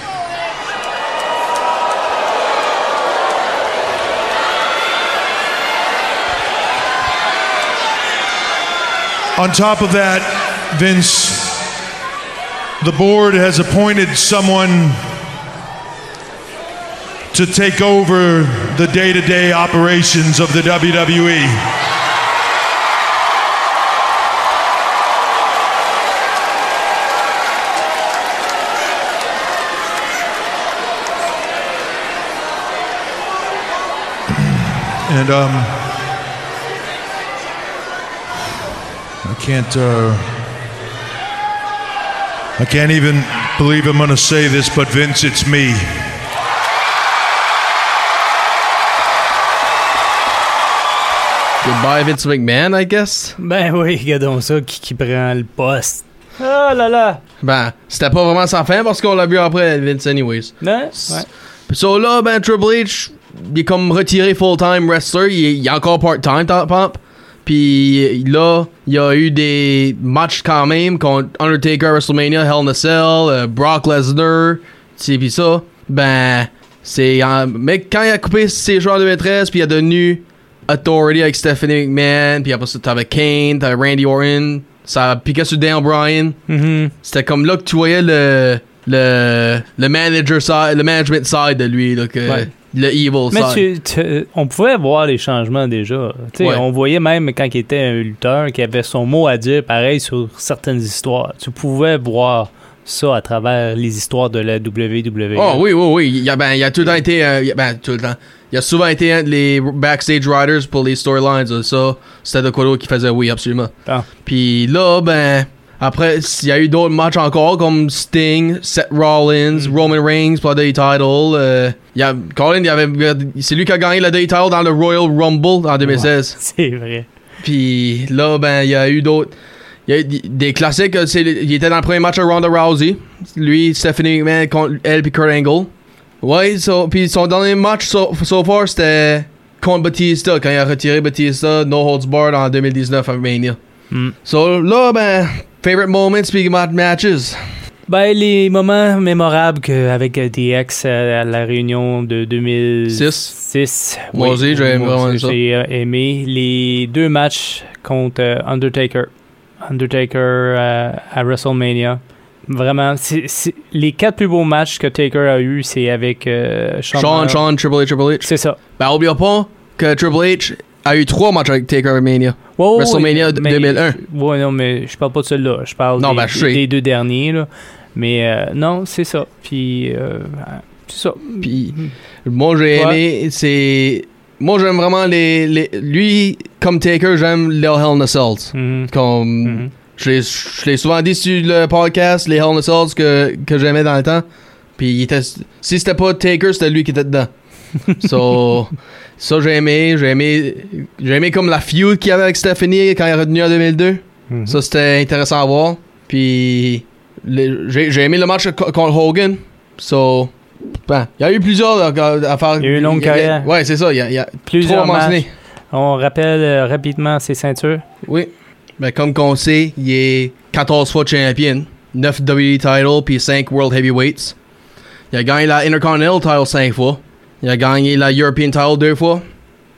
On top of that, Vince, the board has appointed someone to take over the day-to-day operations of the W W E. And um, I can't, uh, I can't even believe I'm gonna say this, but Vince, it's me. Goodbye Vince McMahon, I guess. Ben oui, regardons ça, qui, qui prend le poste. Oh là là! Ben, c'était pas vraiment sa fin parce qu'on l'a vu après Vince anyways. Non? Ouais. Pis so là, ben Triple H, il est comme retiré full-time wrestler, il est, il est encore part-time, top pump. Puis là, il y a eu des matchs quand même contre Undertaker, WrestleMania, Hell in a Cell, uh, Brock Lesnar, tu sais, pis ça. Ben, c'est... Euh, mais quand il a coupé ses joueurs en deux mille treize, puis il a devenu Authority avec Stephanie McMahon, puis après ça, t'avais Kane, t'avais Randy Orton, ça piquait sur Dan Bryan. Mm-hmm. C'était comme là que tu voyais le... Le, le manager side, le management side de lui, là, que, ouais. Le evil mais side. Tu, tu, on pouvait voir les changements déjà. Ouais. On voyait même quand il était un lutteur qu'il avait son mot à dire pareil sur certaines histoires. Tu pouvais voir ça à travers les histoires de la W W E. Oh oui, oui, oui. Il a, ben, il a tout le temps été... Euh, il a, ben, tout le temps. Il a souvent été un des backstage riders pour les storylines. Ça, c'était de quoi d'autre qu'il faisait, oui, absolument. Ah. Puis là, ben... Après, il y a eu d'autres matchs encore, comme Sting, Seth Rollins, mm. Roman Reigns pour la W W E title. Euh, y a, Colin, il avait, c'est lui qui a gagné la W W E title dans le Royal Rumble en deux mille seize. Ouais, c'est vrai. Puis là, ben, il y a eu d'autres... Il y a eu des classiques. C'est, il était dans le premier match à Ronda Rousey. Lui, Stephanie McMahon contre elle puis Kurt Angle. Ouais, so, puis son dernier match so, so far, c'était contre Batista, quand il a retiré Batista, No Holds Barred en deux mille dix-neuf à Mania. Mm. So là, ben... Favorite moments, speaking about matches? Ben, les moments mémorables que, avec D X à, à la réunion de deux mille six. Moi oui, aussi, j'ai aimé vraiment ça. J'ai euh, aimé les deux matchs contre euh, Undertaker. Undertaker euh, à WrestleMania. Vraiment, c'est, c'est, les quatre plus beaux matchs que Taker a eu, c'est avec euh, Shawn, Shawn, Shawn, Triple H, Triple H. C'est ça. Ben, oublions pas que Triple H a eu trois matchs avec Taker Mania. Oh, WrestleMania oui, mais, deux mille un. Ouais, non, mais je parle pas de celui-là. Je parle non, des, ben, des, des deux derniers, là. Mais euh, non, c'est ça. Puis, euh, c'est ça. Puis, moi, j'ai ouais. aimé, c'est... Moi, j'aime vraiment les... les... Lui, comme Taker, j'aime les Hell in a Cells. Mm-hmm. Comme... Mm-hmm. Je l'ai, je l'ai souvent dit sur le podcast, les Hell in a Cells que, que j'aimais dans le temps. Puis, il était... si c'était pas Taker, c'était lui qui était dedans. So... Ça, j'ai aimé. J'ai aimé, j'ai aimé comme la feud qu'il y avait avec Stephanie quand il est revenu en deux mille deux. Mm-hmm. Ça, c'était intéressant à voir. Puis, le, j'ai, j'ai aimé le match contre Hogan. So, ben, il y a eu plusieurs affaires. Il y a eu une longue carrière. Ouais, c'est ça. Il y a, il y a plusieurs matchs. On rappelle euh, rapidement ses ceintures. Oui. Ben, comme qu'on sait, il est quatorze fois champion, neuf W W E titles, puis cinq World Heavyweights. Il a gagné la Intercontinental title cinq fois. Il a gagné la European title deux fois.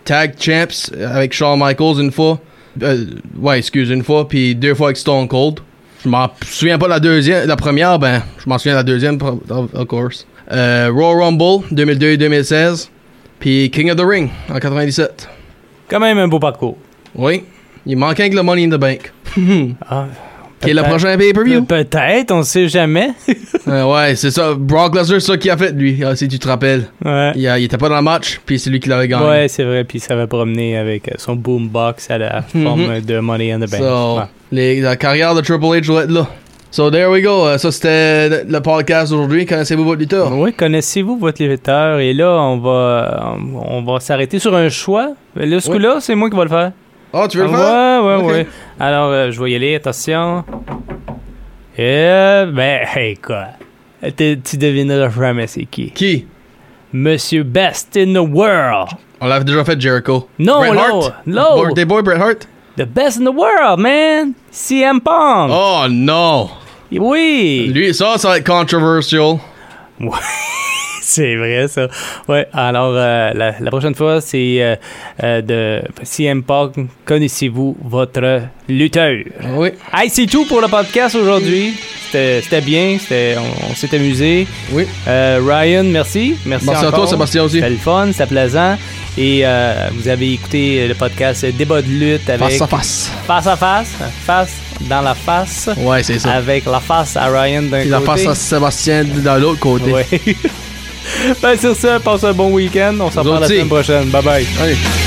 tag champs avec Shawn Michaels une fois. Euh, ouais, excuse, une fois, puis deux fois avec Stone Cold. Je m'en souviens pas de la deuxième. La première, ben, je m'en souviens de la deuxième, of, of course. Euh, Royal Rumble, deux mille deux et deux mille seize. Puis King of the Ring, en quatre-vingt-dix-sept. Quand même un beau parcours. Oui. Il manque un que le Money in the Bank. ah, Qui est le prochain pay-per-view? Peut-être, on sait jamais. euh, ouais, c'est ça. Brock Lesnar, c'est ça qu'il a fait, lui, si tu te rappelles. Ouais. Il, a, il était pas dans le match, puis c'est lui qui l'avait gagné. Ouais, c'est vrai, puis il s'avait promené avec son boombox à la forme mm-hmm. de Money in the Bank. So, ouais. les, la carrière de Triple H doit être là. So, there we go. Uh, ça, c'était le, le podcast d'aujourd'hui. Connaissez-vous votre lutteur? Oui, connaissez-vous votre lutteur? Et là, on va, on, on va s'arrêter sur un choix. Là, ce oui. coup-là, c'est moi qui vais le faire. Ah, oh, tu veux le ah, faire? Ouais, ouais, okay. ouais. Alors, euh, je vais y aller. Attention. Et, euh, ben, hey, quoi? Tu, tu devineras jamais c'est qui? Qui? Monsieur Best in the World. On l'avait déjà fait, Jericho. Non, Bret non, Hart? non. Birthday Boy, Bret Hart? The Best in the World, man. C M Punk. Oh, non. Oui. Lui, ça, ça va être controversial. Ouais. C'est vrai, ça. Ouais, alors, euh, la, la prochaine fois, c'est euh, euh, de C M Punk. Connaissez-vous votre lutteur? Oui. Hey, c'est tout pour le podcast aujourd'hui. C'était, c'était bien, c'était, on, on s'est amusé. Oui. Euh, Ryan, merci. Merci, merci encore. à toi, Sébastien, aussi. C'était le fun, c'était plaisant. Et euh, vous avez écouté le podcast Débat de lutte avec... Face à face. Face à face. Face dans la face. Ouais, c'est ça. Avec la face à Ryan d'un Et côté. la face à Sébastien de l'autre côté. Ouais. Ben sur ça, passe un bon week-end. On s'en reparle la semaine prochaine. Bye bye. Allez.